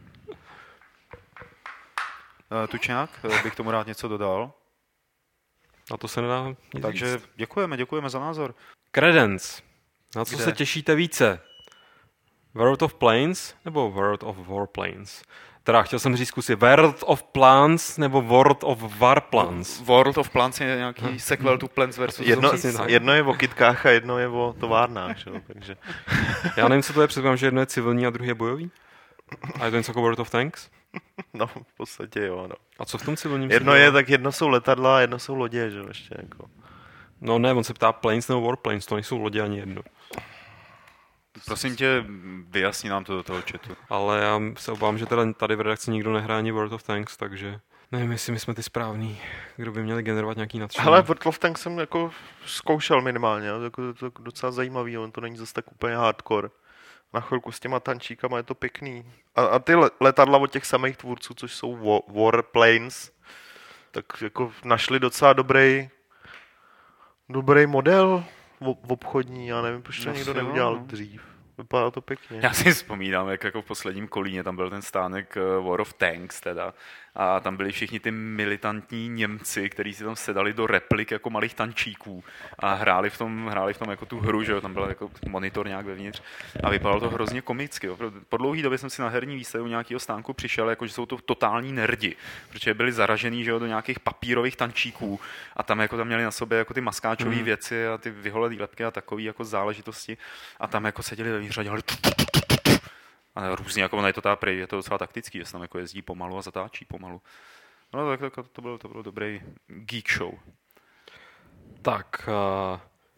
uh, Tučňák, bych tomu rád něco dodal. A to se nedá nic Takže říct. děkujeme, děkujeme za názor. Credence. Na co Kde? se těšíte více? World of Planes nebo World of Warplanes? Teda chtěl jsem říct kusy World of Plants nebo World of Warplanes. World of Plants je nějaký hmm. sequel to Plants versus. Jedno, jedno je o kytkách a jedno je o továrnách. Že? Takže. Já nevím, co to je, předpokládám, že jedno je civilní a druhý je bojový? A je to něco jako World of Tanks? No, v podstatě jo, no. A co v tom civilním? Jedno je, tak jedno jsou letadla a jedno jsou lodě, že ještě jako. No ne, on se ptá Planes nebo Warplanes, to nejsou lodě ani jedno. Prosím tě, vyjasni nám to do toho chatu. Ale já se obávám, že teda tady v redakci nikdo nehrá ani World of Tanks, takže nevím, jestli my jsme ty správný, kdo by měli generovat nějaký nadšení. Ale World of Tanks jsem jako zkoušel minimálně, jako to je docela zajímavý, on to není zase tak úplně hardcore. Na chvilku s těma tančíkama je to pěkný. A, a ty letadla od těch samých tvůrců, což jsou Warplanes, tak jako našli docela dobrý dobrý model obchodní, já nevím, proč to no, někdo neudělal no. dřív. Vypadá to pěkně. Já si vzpomínám, jak jako v posledním Kolíně tam byl ten stánek War of Tanks teda a tam byli všichni ty militantní Němci, kteří si tam sedali do replik jako malých tančíků a hráli v tom, hráli v tom jako tu hru, že jo, tam byl jako monitor nějak vevnitř a vypadalo to hrozně komicky. Jo. Po dlouhý době jsem si na herní výstavu nějakého stánku přišel, jako že jsou to totální nerdi, protože byli zaražený, že jo, do nějakých papírových tančíků a tam jako tam měli na sobě jako ty maskáčové mm. věci a ty vyholedý lepky a takové jako záležitosti a tam jako seděli ve výhře a dělali a různě, jako ona je to ta prej, je to docela taktický, že se tam jako jezdí pomalu a zatáčí pomalu. No tak, tak to byl to byl dobrý geek show. Tak, uh,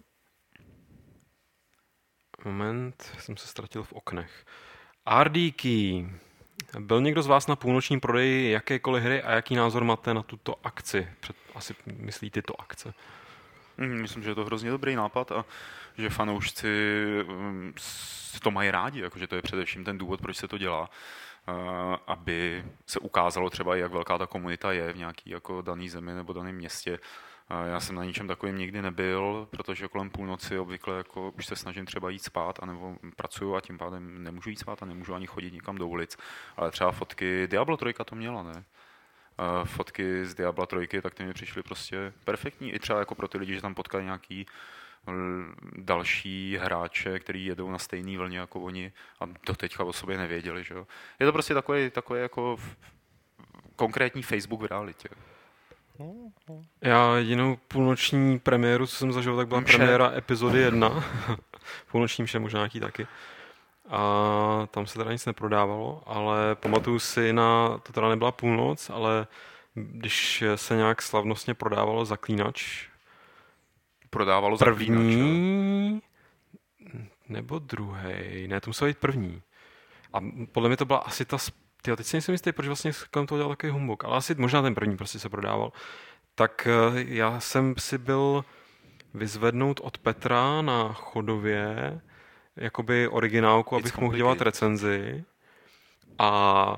moment, jsem se ztratil v oknech. R D Key. Byl někdo z vás na půlnočním prodeji jakékoliv hry a jaký názor máte na tuto akci? Před, asi myslí tyto akce. Myslím, že je to hrozně dobrý nápad a že fanoušci to mají rádi, jakože to je především ten důvod, proč se to dělá, aby se ukázalo třeba, jak velká ta komunita je v nějaký jako daný zemi nebo daném městě. Já jsem na ničem takovým nikdy nebyl, protože kolem půlnoci obvykle jako už se snažím třeba jít spát, anebo pracuju a tím pádem nemůžu jít spát a nemůžu ani chodit nikam do ulic. Ale třeba fotky Diablo tři to měla, ne? Fotky z Diabla tři, tak ty mi přišly prostě perfektní. I třeba jako pro ty lidi, že tam potkali nějaký další hráče, kteří jedou na stejné vlně jako oni a doteďka o sobě nevěděli. Že jo? Je to prostě takový, takový jako konkrétní Facebook v realitě. Já jedinou půlnoční premiéru, co jsem zažil, tak byla mše. Premiéra epizody jedna. Půlnoční mše možná nějaký taky. A tam se teda nic neprodávalo, ale pamatuju si na, to teda nebyla půlnoc, ale když se nějak slavnostně prodávalo Zaklínač. Prodávalo první, Zaklínač, nebo druhý, ne, to musel být první. A podle mě to byla asi ta, tyjo, teď si nejsem jistý, proč vlastně kolem toho dělal takový humbug, ale asi možná ten první prostě se prodával. Tak já jsem si byl vyzvednout od Petra na Chodově jakoby originálku, abych mohl dělat recenzi. A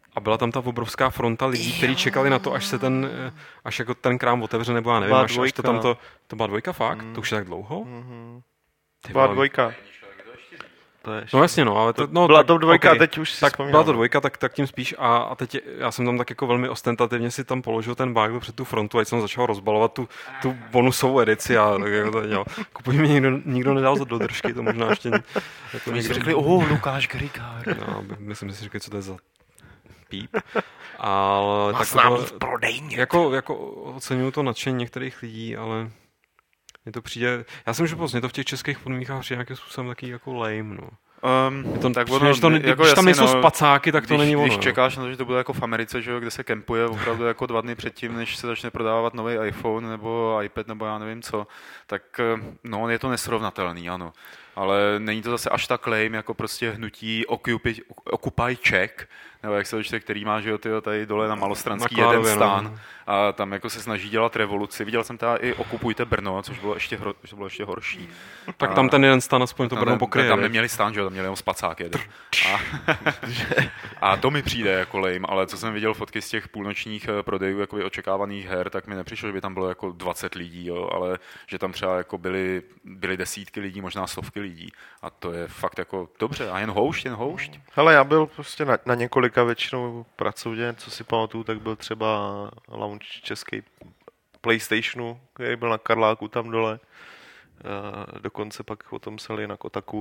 A byla tam ta obrovská fronta lidí, kteří čekali na to, až se ten, až jako ten krám otevře, nebo já nevím, až, až to tam to, to byla dvojka fakt? Mm. To už je tak dlouho? Mm-hmm. To byla dvojka. To je no jasně, no, ale to, no, byla tak, to dvojka, okay. teď už si tak vzpomínám. Byla to dvojka, tak, tak tím spíš a, a teď je, já jsem tam tak jako velmi ostentativně si tam položil ten bágl před tu frontu, ať jsem začal rozbalovat tu, tu bonusovou edici a tak jako to dělal. Kupuj mi nikdo, nikdo nedal za dodržky, to možná ještě... Jako někdo řekli, oh, Lukáš Grigár. No, myslím si, řekli, co to je za píp. Ale Má tak s námi v prodejně. Jako, jako oceňuju to nadšení některých lidí, ale mně to přijde... Já jsem, že mě to v těch českých podmínkách přijde nějakým způsobem taky jako lame, no. Um, to, tak ono, když, to, jako když tam nejsou no, spacáky, tak to když, není ono. Když čekáš na to, že to bude jako v Americe, že jo, kde se kempuje opravdu jako dva dny předtím, než se začne prodávat nový iPhone nebo iPad nebo já nevím co, tak no, je to nesrovnatelný, ano. Ale není to zase až tak lame, jako prostě hnutí Occupy, Occupy Czech, nebo jak se to čte, který má, že jo, tyjo, tady dole na Malostranský na jeden stán. No. A tam jako se snaží dělat revoluci. Viděl jsem teda i Okupujte Brno, což bylo ještě, hro, což bylo ještě horší. Tak tam ten jeden stán aspoň to Brno pokryje. Tam neměli stán, že jo, tam měli jenom spacák jeden. A, a to mi přijde jako lame, ale co jsem viděl fotky z těch půlnočních prodejů jakoby očekávaných her, tak mi nepřišlo, že by tam bylo jako dvacet lidí, jo, ale že tam třeba jako byly, byly desítky lidí, možná stovky lidí. A to je fakt jako dobře. A jen houšť, jen houšť. Hele, já byl prostě na, na několika většinou pracovně, co si pamatuju, tak byl třeba launch český PlayStationu, který byl na Karláku tam dole. Uh, dokonce pak o tom psali na Kotaku.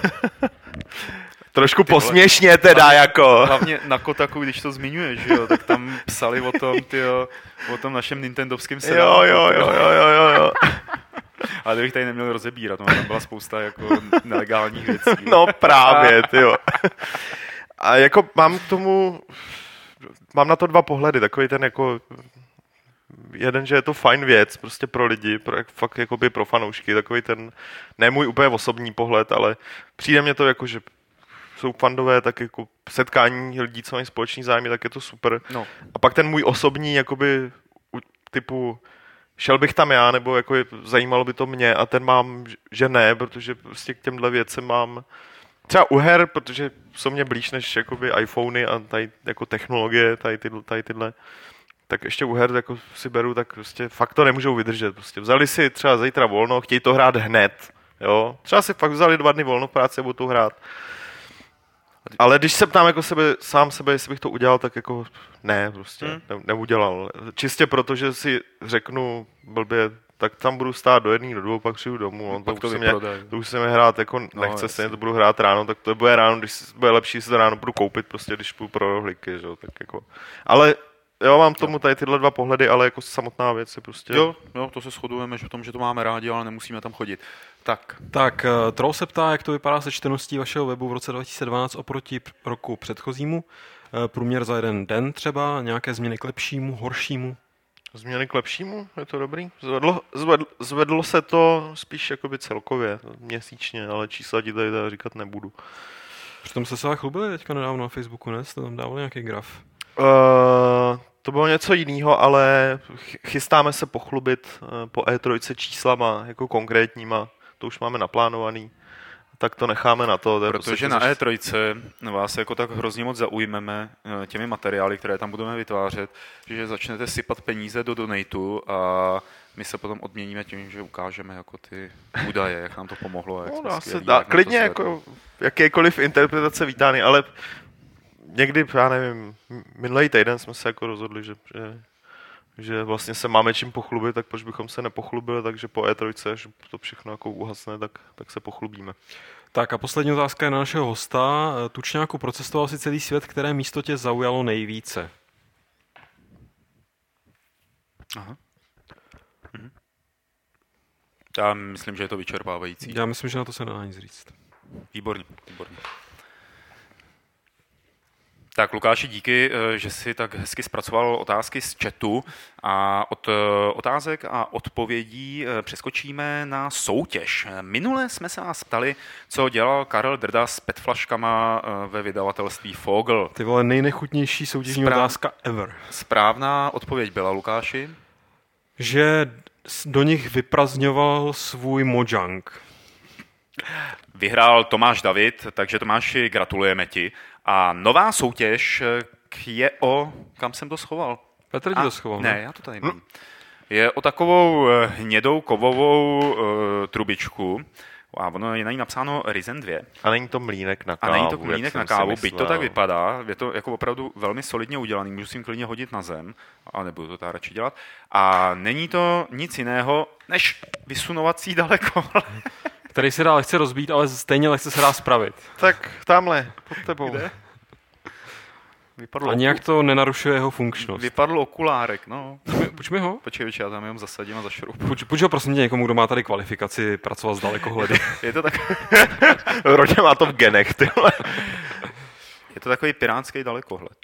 Trošku ty posměšně vole, teda hlavně, jako. Hlavně na Kotaku, když to zmiňuješ, jo, tak tam psali o tom, tyjo, o tom našem nintendovském senátu. Jo, jo, jo, jo, jo, jo. Ale kdybych tady neměl rozebírat, no, tam byla spousta jako nelegálních věcí. No právě, tyjo. A jako mám k tomu, mám na to dva pohledy, takový ten jako, jeden, že je to fajn věc, prostě pro lidi, pro, fakt jakoby pro fanoušky, takový ten, ne můj úplně osobní pohled, ale přijde mně to jako, že jsou fandové, tak jako setkání lidí, co mají společný zájmy, tak je to super. No. A pak ten můj osobní, jakoby, typu, šel bych tam já, nebo jako je, zajímalo by to mě a ten mám, že ne, protože prostě k těmhle věcem mám třeba u her, protože jsou mě blíž než jakoby iPhony a tady jako technologie, tady, ty, tady tyhle, tak ještě u her jako si beru, tak prostě fakt to nemůžou vydržet. Prostě vzali si třeba zítra volno, chtějí to hrát hned, jo. Třeba si fakt vzali dva dny volno v práci a budou to hrát. Ale když se ptám jako sebe, sám sebe, jestli bych to udělal, tak jako ne, prostě hmm. ne, neudělal. Čistě proto, že si řeknu blbě, tak tam budu stát do jedné, do dvou, pak přijdu domů. No, to, to, už mě, to už se mi hrát, jako no, nechce se, to budu hrát ráno, tak to bude ráno, když bude lepší, si to ráno budu koupit, prostě když půjdu pro rohlíky, že jo, tak jako. Ale jo, mám tomu tady tyhle dva pohledy, ale jako samotná věc je prostě... Jo, jo, to se shodujeme, že v tom, že to máme rádi, ale nemusíme tam chodit. Tak. Tak, uh, Troll se ptá, jak to vypadá se čteností vašeho webu v roce dva tisíce dvanáct oproti roku předchozímu. Uh, průměr za jeden den třeba, nějaké změny k lepšímu, horšímu? Změny k lepšímu? Je to dobrý? Zvedlo, zvedlo, zvedlo se to spíš jakoby celkově, měsíčně, ale čísla ti tady, tady říkat nebudu. Přitom jste se ale chlubili teďka nedávno na Facebooku, ne? Jste tam dávali nějaký graf? Uh, to bylo něco jiného, ale chystáme se pochlubit uh, po E tři číslama, jako konkrétníma. To už máme naplánovaný. Tak to necháme na to. Protože na E tři vás jako tak hrozně moc zaujmeme těmi materiály, které tam budeme vytvářet, že začnete sypat peníze do donatu a my se potom odměníme tím, že ukážeme jako ty údaje, jak nám to pomohlo. Jak no, jsme dá skvělí, se dá, jak klidně jako jakékoliv interpretace vítány, ale někdy, já nevím, minulý týden jsme se jako rozhodli, že, že, že vlastně se máme čím pochlubit, tak proč bychom se nepochlubili, takže po E tři, že to všechno jako uhasne, tak, tak se pochlubíme. Tak a poslední otázka je na našeho hosta. Tučňáku, procestoval si celý svět, které místo tě zaujalo nejvíce? Aha. Mhm. Já myslím, že je to vyčerpávající. Já myslím, že na to se nedá nic říct. Výborně, výborně. Tak Lukáši, díky, že jsi tak hezky zpracoval otázky z chatu a od otázek a odpovědí přeskočíme na soutěž. Minule jsme se vás ptali, co dělal Karel Drda s petflaškama ve vydavatelství Fogel. Ty vole, nejnechutnější soutěžní Správ... otázka ever. Správná odpověď byla, Lukáši? Že do nich vyprazňoval svůj Mojang. Vyhrál Tomáš David, takže Tomáši, gratulujeme ti. A nová soutěž, je o... Kam jsem to schoval? Petr ti to schoval, ne? Ne, já to tady mám. Je o takovou hnědou kovovou uh, trubičku a ono je na ní napsáno Risen dva. A není to mlýnek na kávu. A není to mlýnek na kávu, byť to tak vypadá. Je to jako opravdu velmi solidně udělaný, můžu si jim klidně hodit na zem, a nebudu to tak radši dělat. A není to nic jiného, než vysunovací dalekohled. Který se dá lehce rozbít, ale stejně lehce se dá spravit. Tak tamhle, pod tebou. Kde? Vypadlo a nějak to nenarušuje jeho funkčnost. Vypadl okulárek, no. Půjč mi ho? Počkej, počkej, já tam jenom zasadím a zašroubu. Půjč, půjč ho prosím tě někomu, kdo má tady kvalifikaci pracovat s dalekohledy. Je to tak... Rodě má to v genech, tyhle. Je to takový pirátský dalekohled.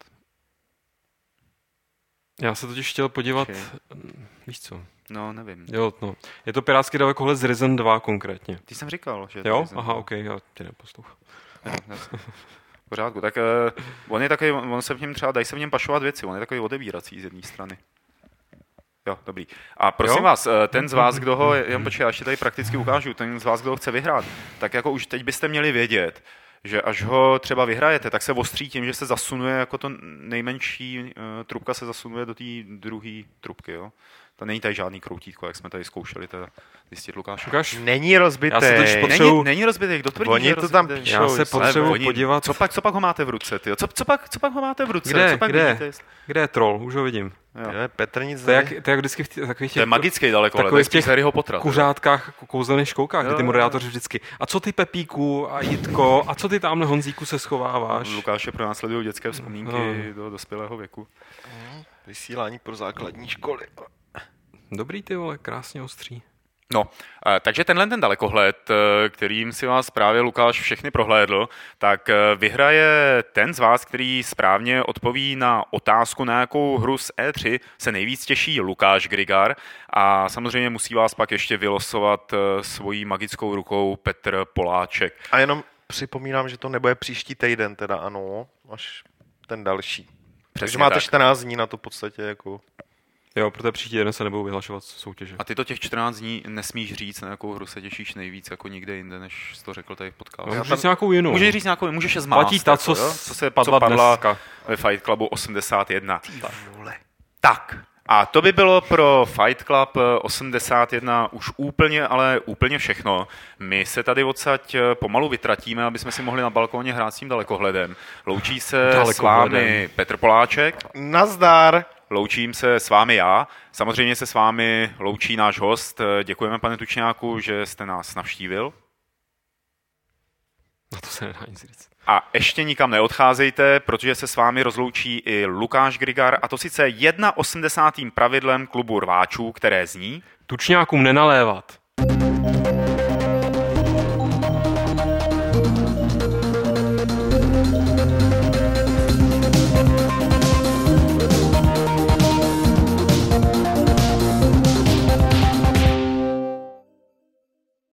Já se totiž chtěl podívat... Okay. Víš co? No, nevím. Jo, no. Je to pirátský dalekohled z Risen dva konkrétně. Ty jsem říkal, že... Jo? Aha, ok, já tě neposlouchám. V pořádku, tak uh, on je takový, on se v něm třeba, dají se v něm pašovat věci, on je takový odebírací z jedné strany. Jo, dobrý. A prosím jo? vás, ten z vás, kdo ho, jen počkej, já ještě tady prakticky ukážu, ten z vás, kdo ho chce vyhrát, tak jako už teď byste měli vědět, že až ho třeba vyhrajete, tak se ostří tím, že se zasunuje, jako to nejmenší uh, trubka se zasunuje do té druhé trubky, jo. To není tady žádný kroutítko, jak jsme tady zkoušeli teda zjistit, Lukáš. Lukáš? Není rozbitý. Potřebuji... Není, není rozbitý, kdo tvrdí, oni že je to tam píšou. Já se potřebuji podívat. Co pak, co pak ho máte v ruce, tyjo? Co, co, pak, co pak ho máte v ruce? Kde, co pak kde? Vidíte? Kde je troll? Už ho vidím. Jo. Jo, Petr nic to je, jak, to je jak vždycky v tě, takových těch... To je magický dalekohled, takových těch Harryho Pottera. kuřátkách, kouzelných škoukách, kdy ty moderátoři vždycky. A co ty Pepíku a Jitko? A co ty tamhle Honzíku se schováváš? Lukáše pronásledují dětské vzpomínky no. do dospělého věku. Vysílání pro základní školy. Dobrý ty vole, krásně ostří. No, takže tenhle ten dalekohled, kterým si vás právě Lukáš všechny prohlédl, tak vyhraje ten z vás, který správně odpoví na otázku, na jakou hru z E tři se nejvíc těší Lukáš Grigar a samozřejmě musí vás pak ještě vylosovat svojí magickou rukou Petr Poláček. A jenom připomínám, že to nebude příští týden, teda ano, až ten další. Přesně takže máte tak. čtrnáct dní na to v podstatě jako... Jo, protože příští den se nebudou vyhlašovat soutěže. A ty to těch čtrnáct dní nesmíš říct, na jakou hru se těšíš nejvíc, jako nikde jinde, než jsi to řekl tady v podcastu. No, můžeš říct nějakou jinou. Můžeš říct nějakou, můžeš je zmást. Platí ta, co, jako, co se padla, co padla dneska. Ve Fight Clubu osmdesát jedna. Tak. tak. A to by bylo pro Fight Club osmdesát jedna už úplně, ale úplně všechno. My se tady odsaď pomalu vytratíme, aby jsme si mohli na balkóně hrát s tím dalekohledem. Loučí se s vámi Petr Poláček. Nazdar. Loučím se s vámi já. Samozřejmě se s vámi loučí náš host. Děkujeme, pane Tučňáku, že jste nás navštívil. Na to se nedá nic říct. A ještě nikam neodcházejte, protože se s vámi rozloučí i Lukáš Grigar, a to sice osmdesátým prvním pravidlem klubu rváčů, které zní: Tučňákům nenalévat.